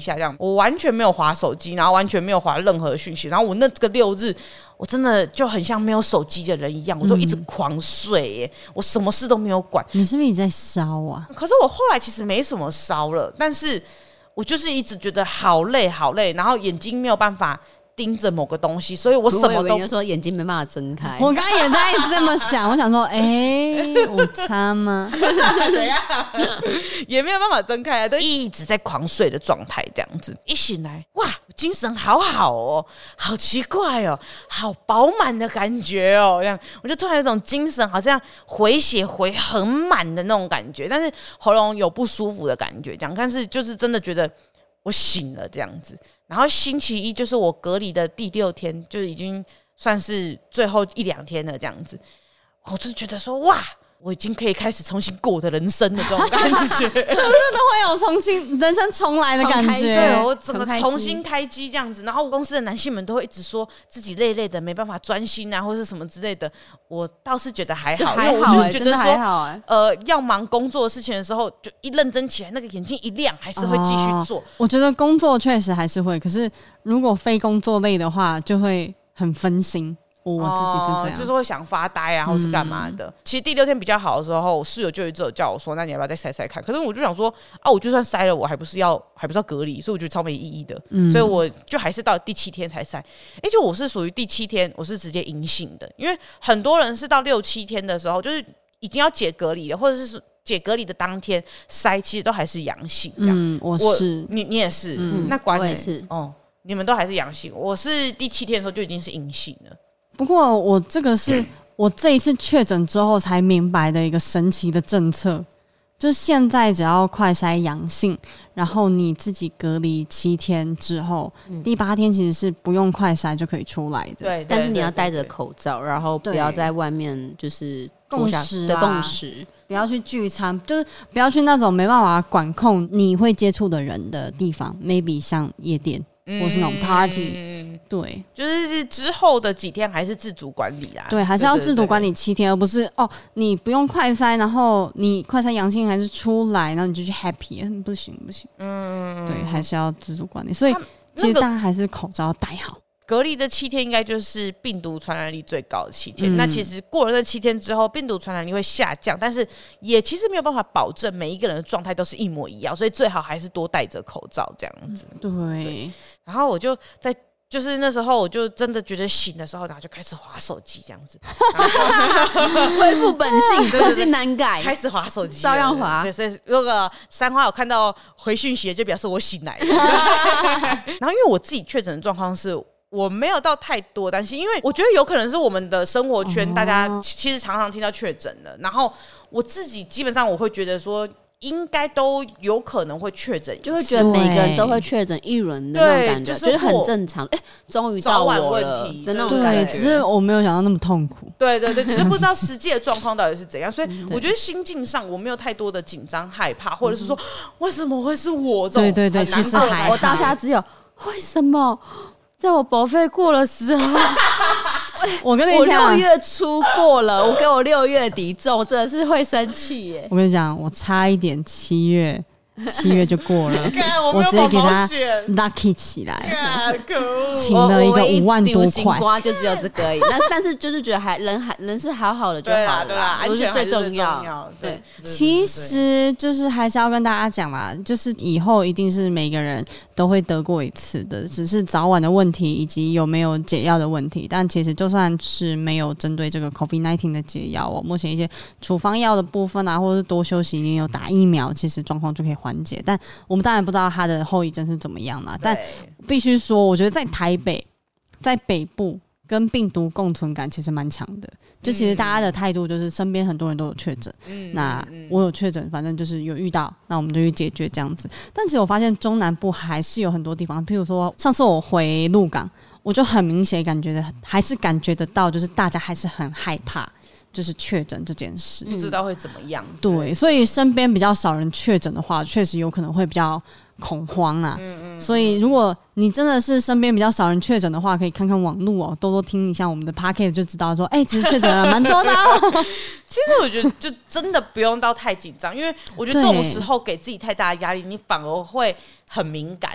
下这样，我完全没有滑手机，然后完全没有滑任何讯息，然后我那个6日我真的就很像没有手机的人一样，我都一直狂睡耶，我什么事都没有管。 你是不是一直在烧啊？ 可是我后来其实没什么烧了，但是我就是一直觉得好累好累，然后眼睛没有办法盯着某个东西，所以我什么都说眼睛没办法睁开。 我刚刚也在这么想，我想说，午餐吗？ 怎样？也没有办法睁开啊，都一直在狂睡的状态，这样子。一醒来，哇，精神好好哦，好奇怪哦，好饱满的感觉哦，这样我就突然有种精神好像回血回很满的那种感觉，但是喉咙有不舒服的感觉，这样，但是就是真的觉得我醒了这样子。然后星期一就是我隔离的第6天，就已经算是最后1-2天了这样子，我就觉得说哇，我已经可以开始重新过我的人生的这种感觉，是不是都会有重新人生重来的感觉？ 对，我整个重新开机这样子。然后公司的男性们都会一直说自己累累的没办法专心啊，或是什么之类的。我倒是觉得还好，因为我就觉得说，要忙工作的事情的时候，就一认真起来，那个眼睛一亮，还是会继续做。 我觉得工作确实还是会，可是如果非工作类的话，就会很分心。我自己是这样， 就是会想发呆啊，或是干嘛的。其实第6天比较好的时候，我室友就一直有叫我说：“那你要不要再筛筛看？”可是我就想说啊，我就算筛了，我还不是要隔离，所以我觉得超没意义的。所以我就还是到第7天才筛。就我是属于第7天，我是直接阴性的，因为很多人是到6、7天的时候，就是已经要解隔离了，或者是解隔离的当天筛，其实都还是阳性。 我是你也是，那管你是哦，你们都还是阳性。我是第7天的时候就已经是阴性了。 不过我这个是我这一次确诊之后才明白的一个神奇的政策，就是现在只要快筛阳性，然后你自己隔离7天之后，第8天其实是不用快筛就可以出来的。 对， 但是你要戴着口罩，然后不要在外面就是共识的共识， 不要去聚餐，就是不要去那种没办法管控你会接触的人的地方 ，maybe 像夜店或是那种 party。对， 就是之后的几天还是自主管理啦。 对，还是要自主管理7天，而不是你不用快筛，然后你快筛阳性还是出来，然后你就去 happy， 不行。对，还是要自主管理。所以其实大家还是口罩戴好。 隔离的7天应该就是病毒传染力最高的7天。那其实过了那7天之后，病毒传染力会下降，但是也其实没有办法保证每一个人的状态都是一模一样，所以最好还是多戴着口罩这样子。 对。 然后我就就是那时候我就真的觉得醒的时候，然后就开始滑手机这样子， 恢复本性，本性难改， 开始滑手机， 照样滑。 对，所以如果3花有看到回讯息，就表示我醒来了。然后因为我自己确诊的状况是，我没有到太多担心，因为我觉得有可能是我们的生活圈，大家其实常常听到确诊的，然后我自己基本上我会觉得说，应该都有可能会确诊， 就会觉得每个人都会确诊一轮的那种感觉，就是很正常。终于到我了的那种感觉。 对，只是我没有想到那么痛苦。 对，只是不知道实际的状况到底是怎样，所以我觉得心境上我没有太多的紧张害怕，或者是说为什么会是我这种。 对，其实还好。 我当下只有为什么在我保费过的时候。 我跟你讲， 我6月初过了，我给我6月底中，真的是会生气耶。 我跟你讲，我差一点7月就过了，我直接给他 lucky 起来，请了一个5万多块， 就只有这个而已。但是就是觉得人是好好的就好了， 对啦，安全最重要。 对， 其实就是还是要跟大家讲啦，就是以后一定是每个人都会得过一次的，只是早晚的问题以及有没有解药的问题。但其实就算是没有针对这个 COVID-19 的解药目前一些处方药的部分啊，或者是多休息，你有打疫苗，其实状况就可以缓解。但我们当然不知道它的后遗症是怎么样啦。但必须说，我觉得在台北，在北部跟病毒共存感其实蛮强的。就其实大家的态度就是身边很多人都有确诊，那我有确诊，反正就是有遇到，那我们就去解决这样子。但其实我发现中南部还是有很多地方，譬如说上次我回鹿港，我就很明显还是感觉得到，就是大家还是很害怕。就是确诊这件事， 不知道会怎么样。 对，所以身边比较少人确诊的话，确实有可能会比较恐慌啊。所以如果你真的是身边比较少人确诊的话，可以看看网络多听一下我们的 podcast 就知道说，其实确诊了蛮多的。 其实我觉得就真的不用到太紧张，因为我觉得这种时候给自己太大的压力，你反而会很敏感，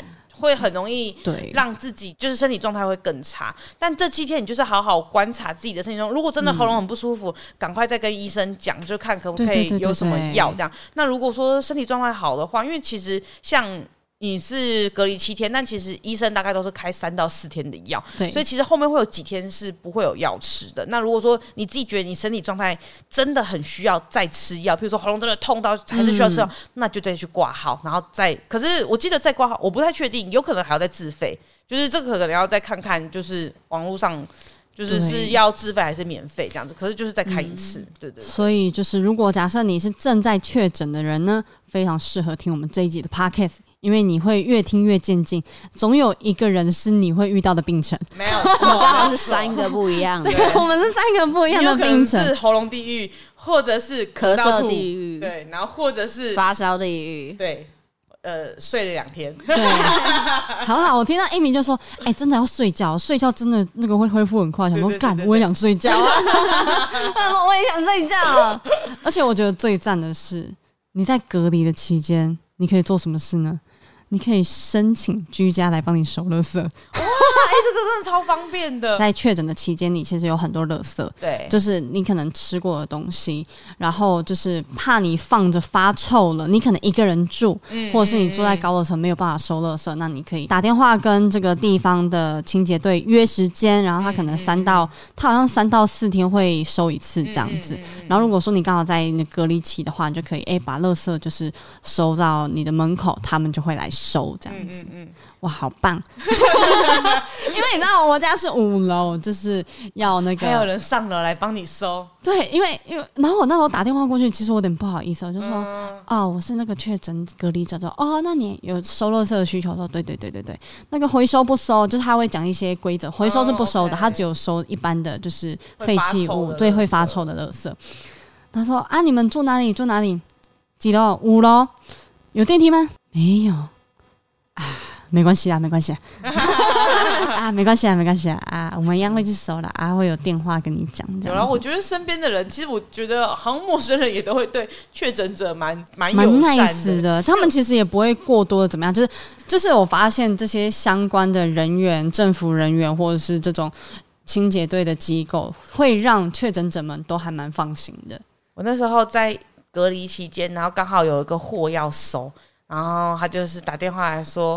会很容易让自己就是身体状态会更差。但这7天你就是好好观察自己的身体状态，如果真的喉咙很不舒服，赶快再跟医生讲，就看可不可以有什么药这样。那如果说身体状态好的话，因为其实像你是隔离7天，但其实医生大概都是开3到4天的药，所以其实后面会有几天是不会有药吃的。那如果说你自己觉得你身体状态真的很需要再吃药，比如说喉咙真的痛到还是需要吃药，那就再去挂号，然后再。可是我记得再挂号，我不太确定，有可能还要再自费，就是这个可能要再看看，就是网络上。是要自费还是免费这样子？可是就是再看一次，对。 所以就是如果假设你是正在确诊的人呢，非常适合听我们这一集的 podcast， 因为你会越听越渐进，总有一个人是你会遇到的病程。 没有， 刚刚是3个不一样的， 对，我们是3个不一样的病程， 是喉咙地狱，或者是咳嗽地狱， 对，然后或者是发烧地狱， 对。睡了2天， 对，好，我听到 Amy 就说，真的要睡觉，睡觉真的那个会恢复很快。想说干，我也想睡觉啊，我也想睡觉啊。而且我觉得最赞的是，你在隔离的期间，你可以做什么事呢？你可以申请居家来帮你收垃圾。 这个真的超方便的。 在确诊的期间，你其实有很多垃圾， 对， 就是你可能吃过的东西，然后就是怕你放着发臭了，你可能一个人住，或者是你住在高楼层没有办法收垃圾，那你可以打电话跟这个地方的清洁队约时间，然后他可能他好像3到4天会收一次这样子。然后如果说你刚好在那隔离期的话，你就可以把垃圾就是收到你的门口，他们就会来收这样子。哇，好棒！因为你知道我家是5楼，就是要那个还有人上楼来帮你收。 对，因为然后我那时候打电话过去，其实我有点不好意思，我就说我是那个确诊隔离者，说那你有收垃圾的需求？说对，那个回收不收，就是他会讲一些规则，回收是不收的，他只有收一般的就是废弃物，对，会发臭的垃圾。他说你们住哪里？住哪里？几楼？5楼？有电梯吗？没有。没关系啊，没关系啊，没关系啊，我们一样会去收啦会有电话跟你讲这样。 然后我觉得身边的人，其实我觉得好像陌生人也都会对确诊者蛮友善 nice 的，他们其实也不会过多的怎么样，就是我发现这些相关的人员、政府人员或者是这种清洁队的机构，会让确诊者们都还蛮放心的。 我那时候在隔离期间，然后刚好有一个货要收，然后他就是打电话来说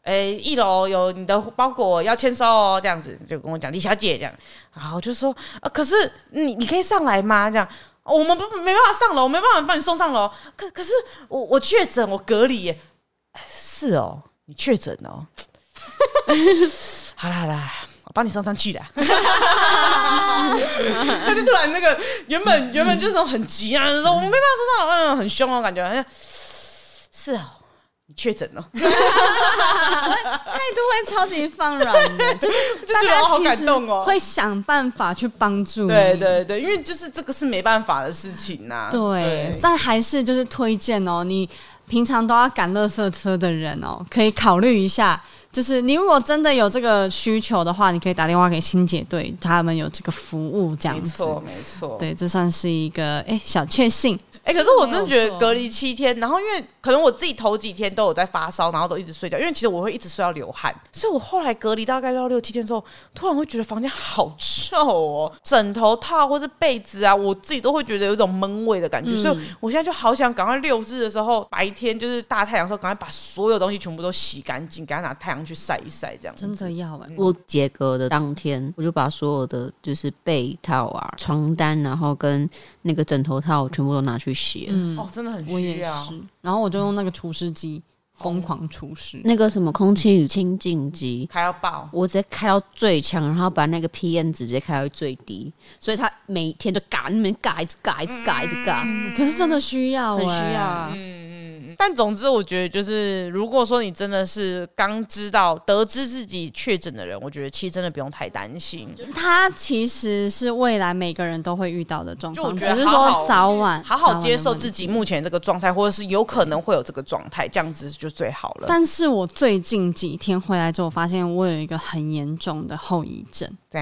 ，1楼有你的包裹要签收哦，这样子就跟我讲，李小姐这样，然后就说可是你可以上来吗？这样我们没办法上楼，我没办法帮你送上楼。可是我确诊，我隔离耶。是哦，你确诊哦。好啦，我帮你送上去啦。他就突然那个原本就是那种很急啊，说我们没办法送上楼，很凶哦，感觉是哦。你确诊了，态度会超级放软的，就是大家好感动哦， 会想办法去帮助你。 对，因为就是这个是没办法的事情呐。 对，但还是就是推荐哦，你平常都要赶垃圾车的人哦，可以考虑一下。就是你如果真的有这个需求的话，你可以打电话给清洁队，他们有这个服务这样子。 没错， 对，这算是一个小确幸。 可是我真的觉得隔离7天，然后因为可能我自己头几天都有在发烧，然后都一直睡觉，因为其实我会一直睡到流汗，所以我后来隔离大概到6、7天之后，突然会觉得房间好臭哦，枕头套或是被子啊，我自己都会觉得有一种闷味的感觉，所以我现在就好想赶快6日的时候，白天就是大太阳的时候，赶快把所有东西全部都洗干净，给它拿太阳去晒一晒，这样子。 真的要我解隔的当天，我就把所有的就是被套啊、床单，然后跟那个枕头套全部都拿去洗。 真的很需要。 我也是，然后我就用那个除湿机疯狂除湿， 那个什么空气清净机开到爆， 我直接开到最强，然后把那个 PM 直接开到最低，所以他每天就嘎，那边嘎，一直嘎。 可是真的需要， 很需要啊。 但总之，我觉得就是，如果说你真的是刚得知自己确诊的人，我觉得其实真的不用太担心。 它其实是未来每个人都会遇到的状况， 只是说早晚好好接受自己目前这个状态，或者是有可能会有这个状态，这样子就最好了。 但是我最近几天回来之后，发现我有一个很严重的后遗症。 怎样？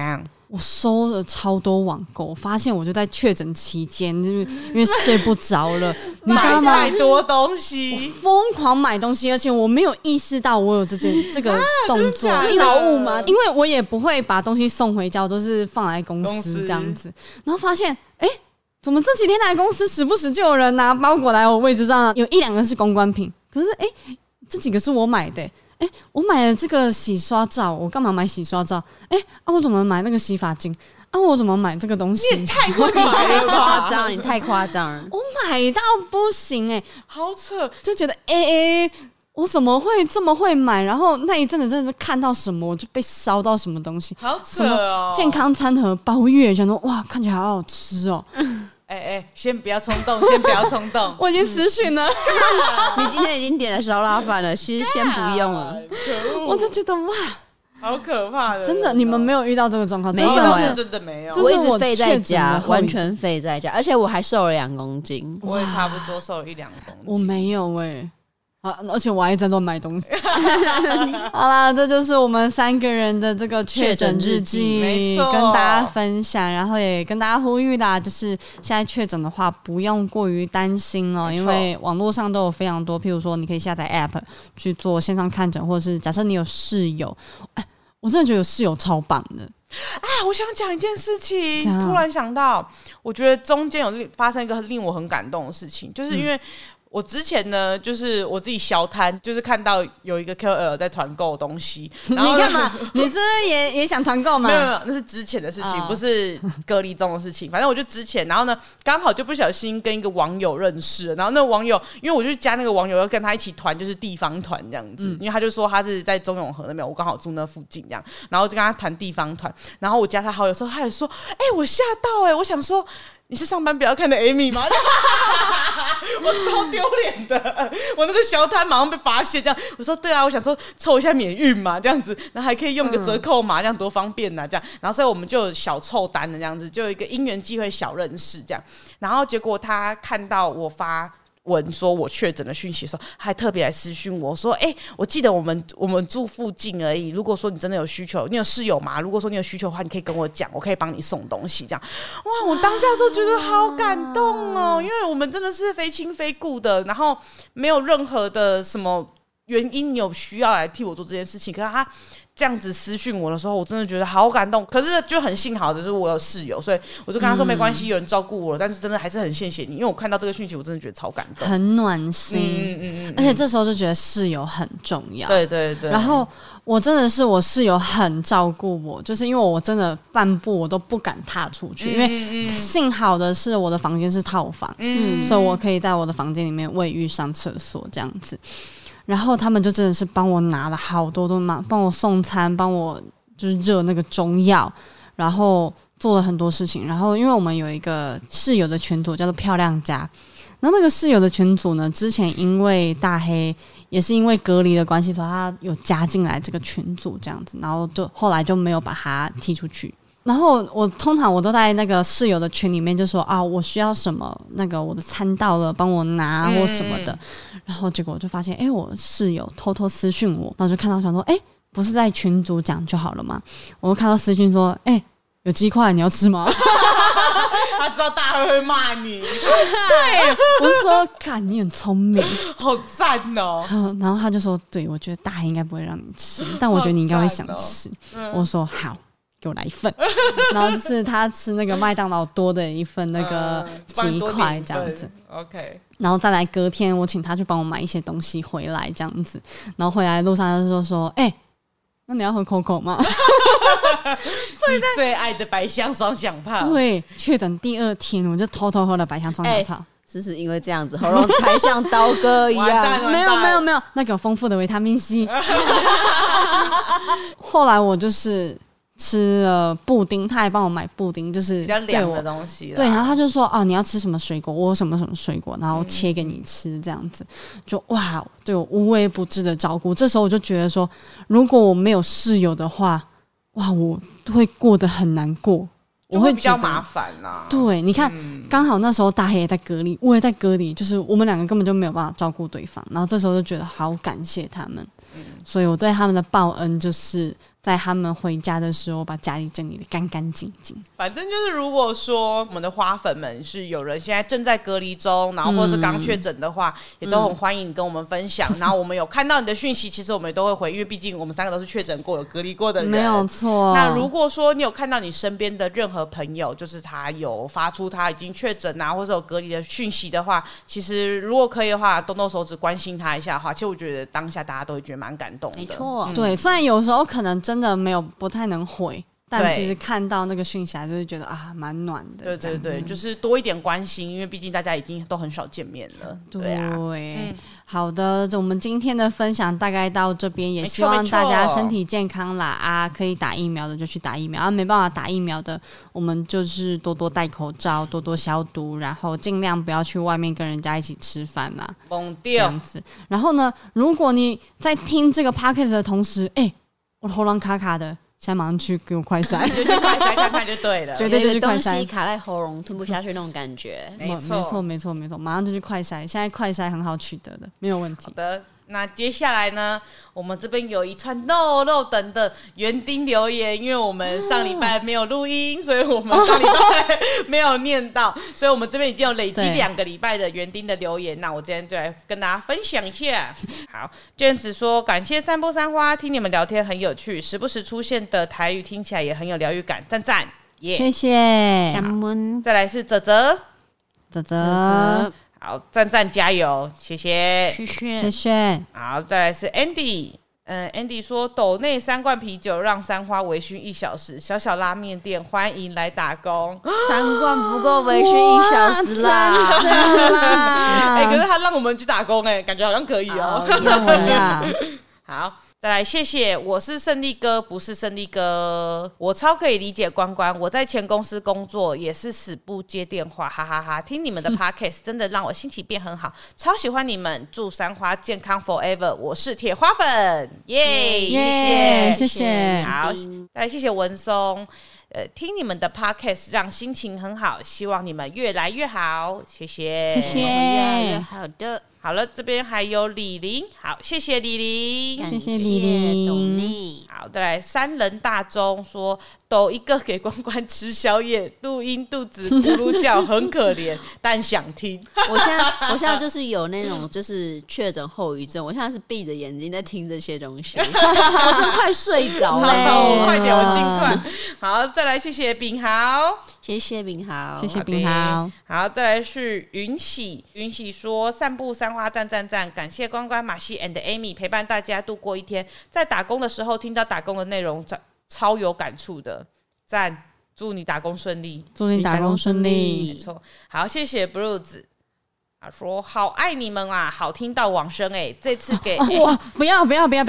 我收了超多网购，发现我就在确诊期间，就是因为睡不着了，你知道吗？ 买太多东西， 疯狂买东西，而且我没有意识到我有这个动作， 是脑雾吗？ 因为我也不会把东西送回家，我都是放来公司这样子，然后发现怎么这几天来公司时不时就有人拿包裹来我位置上，有1-2个是公关品，可是这几个是我买的。我买了这个洗刷皂，我干嘛买洗刷皂？我怎么买那个洗发精？我怎么买这个东西？ 你也太会买了吧！ 夸张，你太夸张了！ 我买到不行好扯， 就觉得我怎么会这么会买？然后那一阵子真的是看到什么我就被烧到什么东西， 好扯哦！ 健康餐盒包月，想说哇，看起来好好吃哦。 先不要冲动，先不要冲动。 我已经私讯了， 你今天已经点了烧腊饭了，其实先不用了。 我就觉得哇， 好可怕的！ 真的，你们没有遇到这个状况？ 没有， 是真的没有。 我一直废在家，完全废在家，而且我还瘦了2公斤。 我也差不多瘦了1-2公斤。 我没有而且我还在乱买东西。好啦，这就是我们3个人的这个确诊日记，跟大家分享，然后也跟大家呼吁啦，就是现在确诊的话，不用过于担心哦，因为网络上都有非常多，譬如说你可以下载 App 去做线上看诊，或者是假设你有室友，我真的觉得有室友超棒的。 我想讲一件事情，突然想到，我觉得中间有发生一个令我很感动的事情，就是因为。我之前呢，就是我自己小摊，就是看到有一个 KOL 在团购东西，然后你干嘛？你是不是也想团购吗？ 没有，那是之前的事情，不是隔离中的事情。反正我就之前，然后呢，刚好就不小心跟一个网友认识了，然后那个网友，因为我就加那个网友要跟他一起团，就是地方团这样子，因为他就说他是在中永和那边，我刚好住那附近这样，然后就跟他团地方团，然后我加他好友的时候，他也说，我吓到我想说。你是上班不要看的 Amy 吗？我超丢脸的，我那个小摊马上被发现，这样我说对啊，我想说凑一下免运嘛，这样子，然后还可以用个折扣码，这样多方便啊，这样，然后所以我们就有小凑单的这样子，就有一个因缘际会小认识这样，然后结果他看到我发文说我确诊的讯息的时候，还特别来私讯我说我记得我们住附近而已，如果说你真的有需求，你有室友吗？如果说你有需求的话，你可以跟我讲，我可以帮你送东西这样。哇，我当下的时候觉得好感动哦，因为我们真的是非亲非故的，然后没有任何的什么原因你有需要来替我做这件事情，可是他这样子私讯我的时候，我真的觉得好感动。可是就很幸好的就是我有室友，所以我就跟他说没关系，有人照顾我了。但是真的还是很谢谢你，因为我看到这个讯息，我真的觉得超感动， 很暖心。而且这时候就觉得室友很重要。 对对对。 然后我真的是我室友很照顾我，就是因为我真的半步我都不敢踏出去，因为幸好的是我的房间是套房，所以我可以在我的房间里面卫浴、上厕所这样子。然后他们就真的是帮我拿了好多都帮我送餐，帮我就是热那个中药，然后做了很多事情。然后因为我们有一个室友的群组叫做漂亮家，然后那个室友的群组呢，之前因为大黑也是因为隔离的关系，所以他有加进来这个群组这样子，然后就后来就没有把他踢出去。然后我通常我都在那个室友的群里面就说我需要什么，那个我的餐到了帮我拿或什么的。然后结果我就发现我室友偷偷私讯我，然后就看到想说不是在群组讲就好了吗？我就看到私讯说有鸡块你要吃吗？ 他知道大家会骂你。 对，我就说看你很聪明， 好赞哦。 然后他就说对，我觉得大黑应该不会让你吃，但我觉得你应该会想吃。我说好，给我来一份。然后就是他吃那个麦当劳多的一份那个鸡块这样子。 OK。 然后再来隔天我请他去帮我买一些东西回来这样子，然后回来路上他就说那你要喝 Coco 吗？ 你最爱的百香双响炮。 对，确诊第2天我就偷偷喝了百香双响炮。 是因为这样子喉咙才像刀割一样。 没有，那个有丰富的维他命 C。后来我就是吃了布丁，他还帮我买布丁，就是比较凉的东西。 对，然后他就说你要吃什么水果，我有什么什么水果，然后切给你吃，这样子就哇，对我无微不至的照顾。这时候我就觉得说，如果我没有室友的话，哇，我会过得很难过，我会比较麻烦啦。 对，你看，刚好那时候大黑也在隔离，我也在隔离，就是我们2个根本就没有办法照顾对方。然后这时候就觉得好感谢他们。 所以我对他们的报恩就是在他们回家的时候把家里整理得干干净净。 反正就是如果说我们的花粉们是有人现在正在隔离中，然后或是刚确诊的话，也都很欢迎你跟我们分享。然后我们有看到你的讯息，其实我们也都会回，因为毕竟我们3个都是确诊过、有隔离过的人， 没有错。 那如果说你有看到你身边的任何朋友，就是他有发出他已经确诊啊，或者有隔离的讯息的话，其实如果可以的话，动动手指关心他一下的话，其实我觉得当下大家都会觉得蛮感动的。 没错， 对，虽然有时候可能真的不太能回，但其实看到那个讯息，就是觉得啊，蛮暖的。 对对对，就是多一点关心，因为毕竟大家已经都很少见面了。对啊， 好的，我们今天的分享大概到这边，也希望大家身体健康啦啊！可以打疫苗的就去打疫苗啊，没办法打疫苗的，我们就是多多戴口罩，多多消毒，然后尽量不要去外面跟人家一起吃饭啦。这样子。然后呢，如果你在听这个 podcast 的同时，我喉咙卡卡的。现在马上去给我快筛， 就去快筛看看就对了， 绝对就是快筛， 东西卡在喉咙吞不下去那种感觉。 没错， 马上就去快筛。现在快筛很好取得的，没有问题。 好的，那接下来呢，我们这边有一串肉等的园丁留言，因为我们上礼拜没有录音，所以我们上礼拜没有念到，所以我们这边已经有累积2个礼拜的园丁的留言。那我今天就来跟大家分享一下。好，娟子说感谢散步三花，听你们聊天很有趣，时不时出现的台语听起来也很有疗愈感，赞赞， 谢谢。 再来是泽泽，好，赞赞加油，谢谢。好，再来是 Andy，Andy 说斗内3罐啤酒让三花微醺1小时，小小拉面店欢迎来打工。 3罐不够微醺1小时啦， 真的啦。 可是他让我们去打工，感觉好像可以哦。好。再来，谢谢。我是胜利哥，不是胜利哥。我超可以理解关关，我在前公司工作也是死不接电话，哈哈哈。听你们的 podcast 真的让我心情变很好，超喜欢你们。祝三花健康 forever。我是铁花粉，耶， 谢谢。 好，再来谢谢文松。听你们的 podcast 让心情很好，希望你们越来越好，谢谢， 越来越好的。 好了，这边还有李玲，好，谢谢李玲， 谢谢李玲。 好，再来3人大中说抖一个给关关吃宵夜，录音肚子咕噜叫，很可怜，但想听。 我现在就是有那种就是确诊后遗症，我现在是闭着眼睛在听这些东西，我真的快睡着了。 快点，我尽快。好，再来谢谢炳豪。 谢谢炳豪， 谢谢炳豪。 好，再来是云喜，云喜说散步三花赞赞赞，感谢关关、马西 and Amy 陪伴大家度过一天，在打工的时候听到打工的内容，超有感触的，赞！祝你打工顺利， 祝你打工顺利。 没错，好，谢谢 Bruce。他说好爱你们啊，好听到往生这次给哇，不要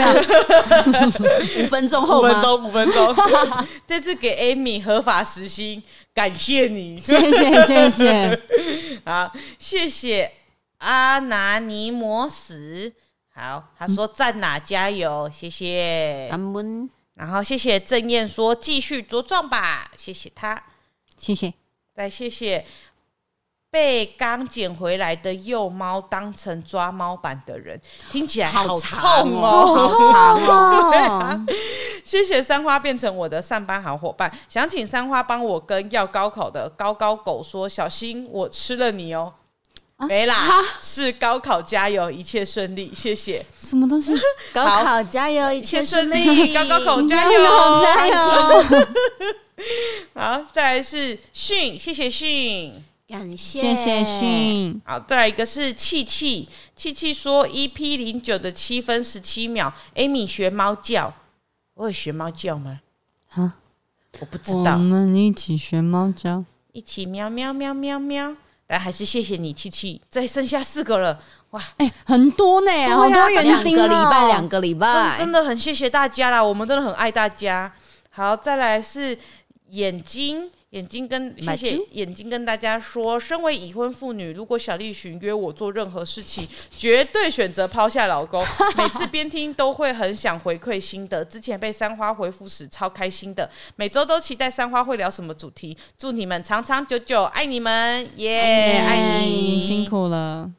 5分钟后吗 ？5分钟这次给 Amy 合法时薪，感谢你， 谢谢好，谢谢阿拿尼摩斯，好，他说赞哪加油，谢谢，然后谢谢郑燕说继续茁壮吧，谢谢他， 谢谢， 再谢谢被刚捡回来的幼猫当成抓猫板的人，听起来好痛哦， 好长哦。 谢谢三花变成我的上班好伙伴，想请三花帮我跟要高考的高狗说，小心我吃了你哦。没啦，是高考加油，一切顺利，谢谢。 什么东西？ 高考加油，一切顺利。 高考加油， 加油。 好，再来是训，谢谢训。 感谢， 谢谢训。 好，再来一个是气说 EP09 的7分17秒 Amy 学猫叫，我有学猫叫吗？ 哈， 我不知道。 我们一起学猫叫， 一起喵喵喵喵喵。但还是谢谢你气，再剩下4个了，哇， 很多呢，好多园丁 2个礼拜， 真的很谢谢大家啦，我们真的很爱大家。好，再来是眼睛谢谢眼睛跟大家说，身为已婚妇女，如果小栗旬约我做任何事情，绝对选择抛下老公。每次边听都会很想回馈心得，之前被三花回复时超开心的，每周都期待三花会聊什么主题。祝你们长长久久，爱你们，耶，爱你， 辛苦了。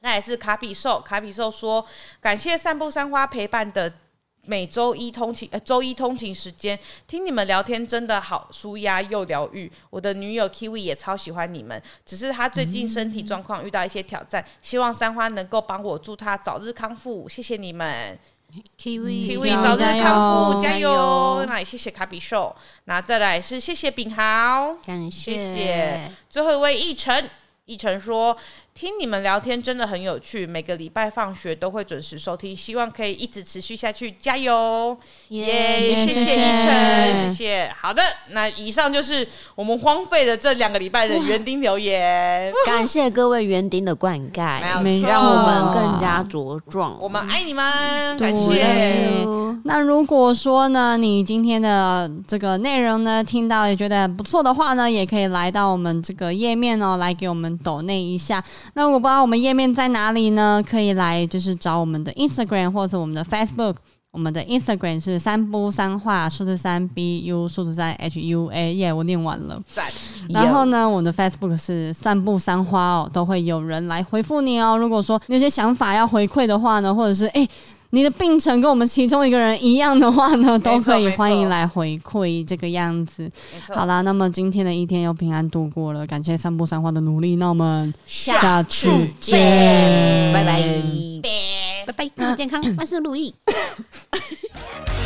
那也是卡比兽说，感谢散步三花陪伴的每周一通勤时间，听你们聊天真的好舒压又疗愈。我的女友 Kiwi 也超喜欢你们，只是她最近身体状况遇到一些挑战，希望三花能够帮我祝她早日康复，谢谢你们。Kiwi 早日康复，加油！那也谢谢卡比兽，那再来是谢谢炳豪， 感谢。最后一位奕晨说，听你们聊天真的很有趣，每个礼拜放学都会准时收听，希望可以一直持续下去，加油！耶，谢谢奕晨，谢谢。好的，那以上就是我们荒废的这2个礼拜的园丁留言， 感谢各位园丁的灌溉， 让我们更加茁壮。 我们爱你们，感谢。 那如果说呢，你今天的这个内容呢，听到也觉得不错的话呢，也可以来到我们这个页面哦，来给我们抖内一下。那如果不知道我们页面在哪里呢，可以来就是找我们的 Instagram 或者我们的 Facebook。我们的 Instagram 是三不三话数字3 BU 数字3 HUA 耶，我念完了。然后呢，我们的 Facebook 是散步三花哦，都会有人来回复你哦。如果说你有些想法要回馈的话呢，或者是你的病程跟我们其中一个人一样的话呢，都可以欢迎来回馈这个样子。好啦，那么今天的一天又平安度过了，感谢散步三花的努力，那我们下次见， 拜拜，拜拜，身体健康，万事如意。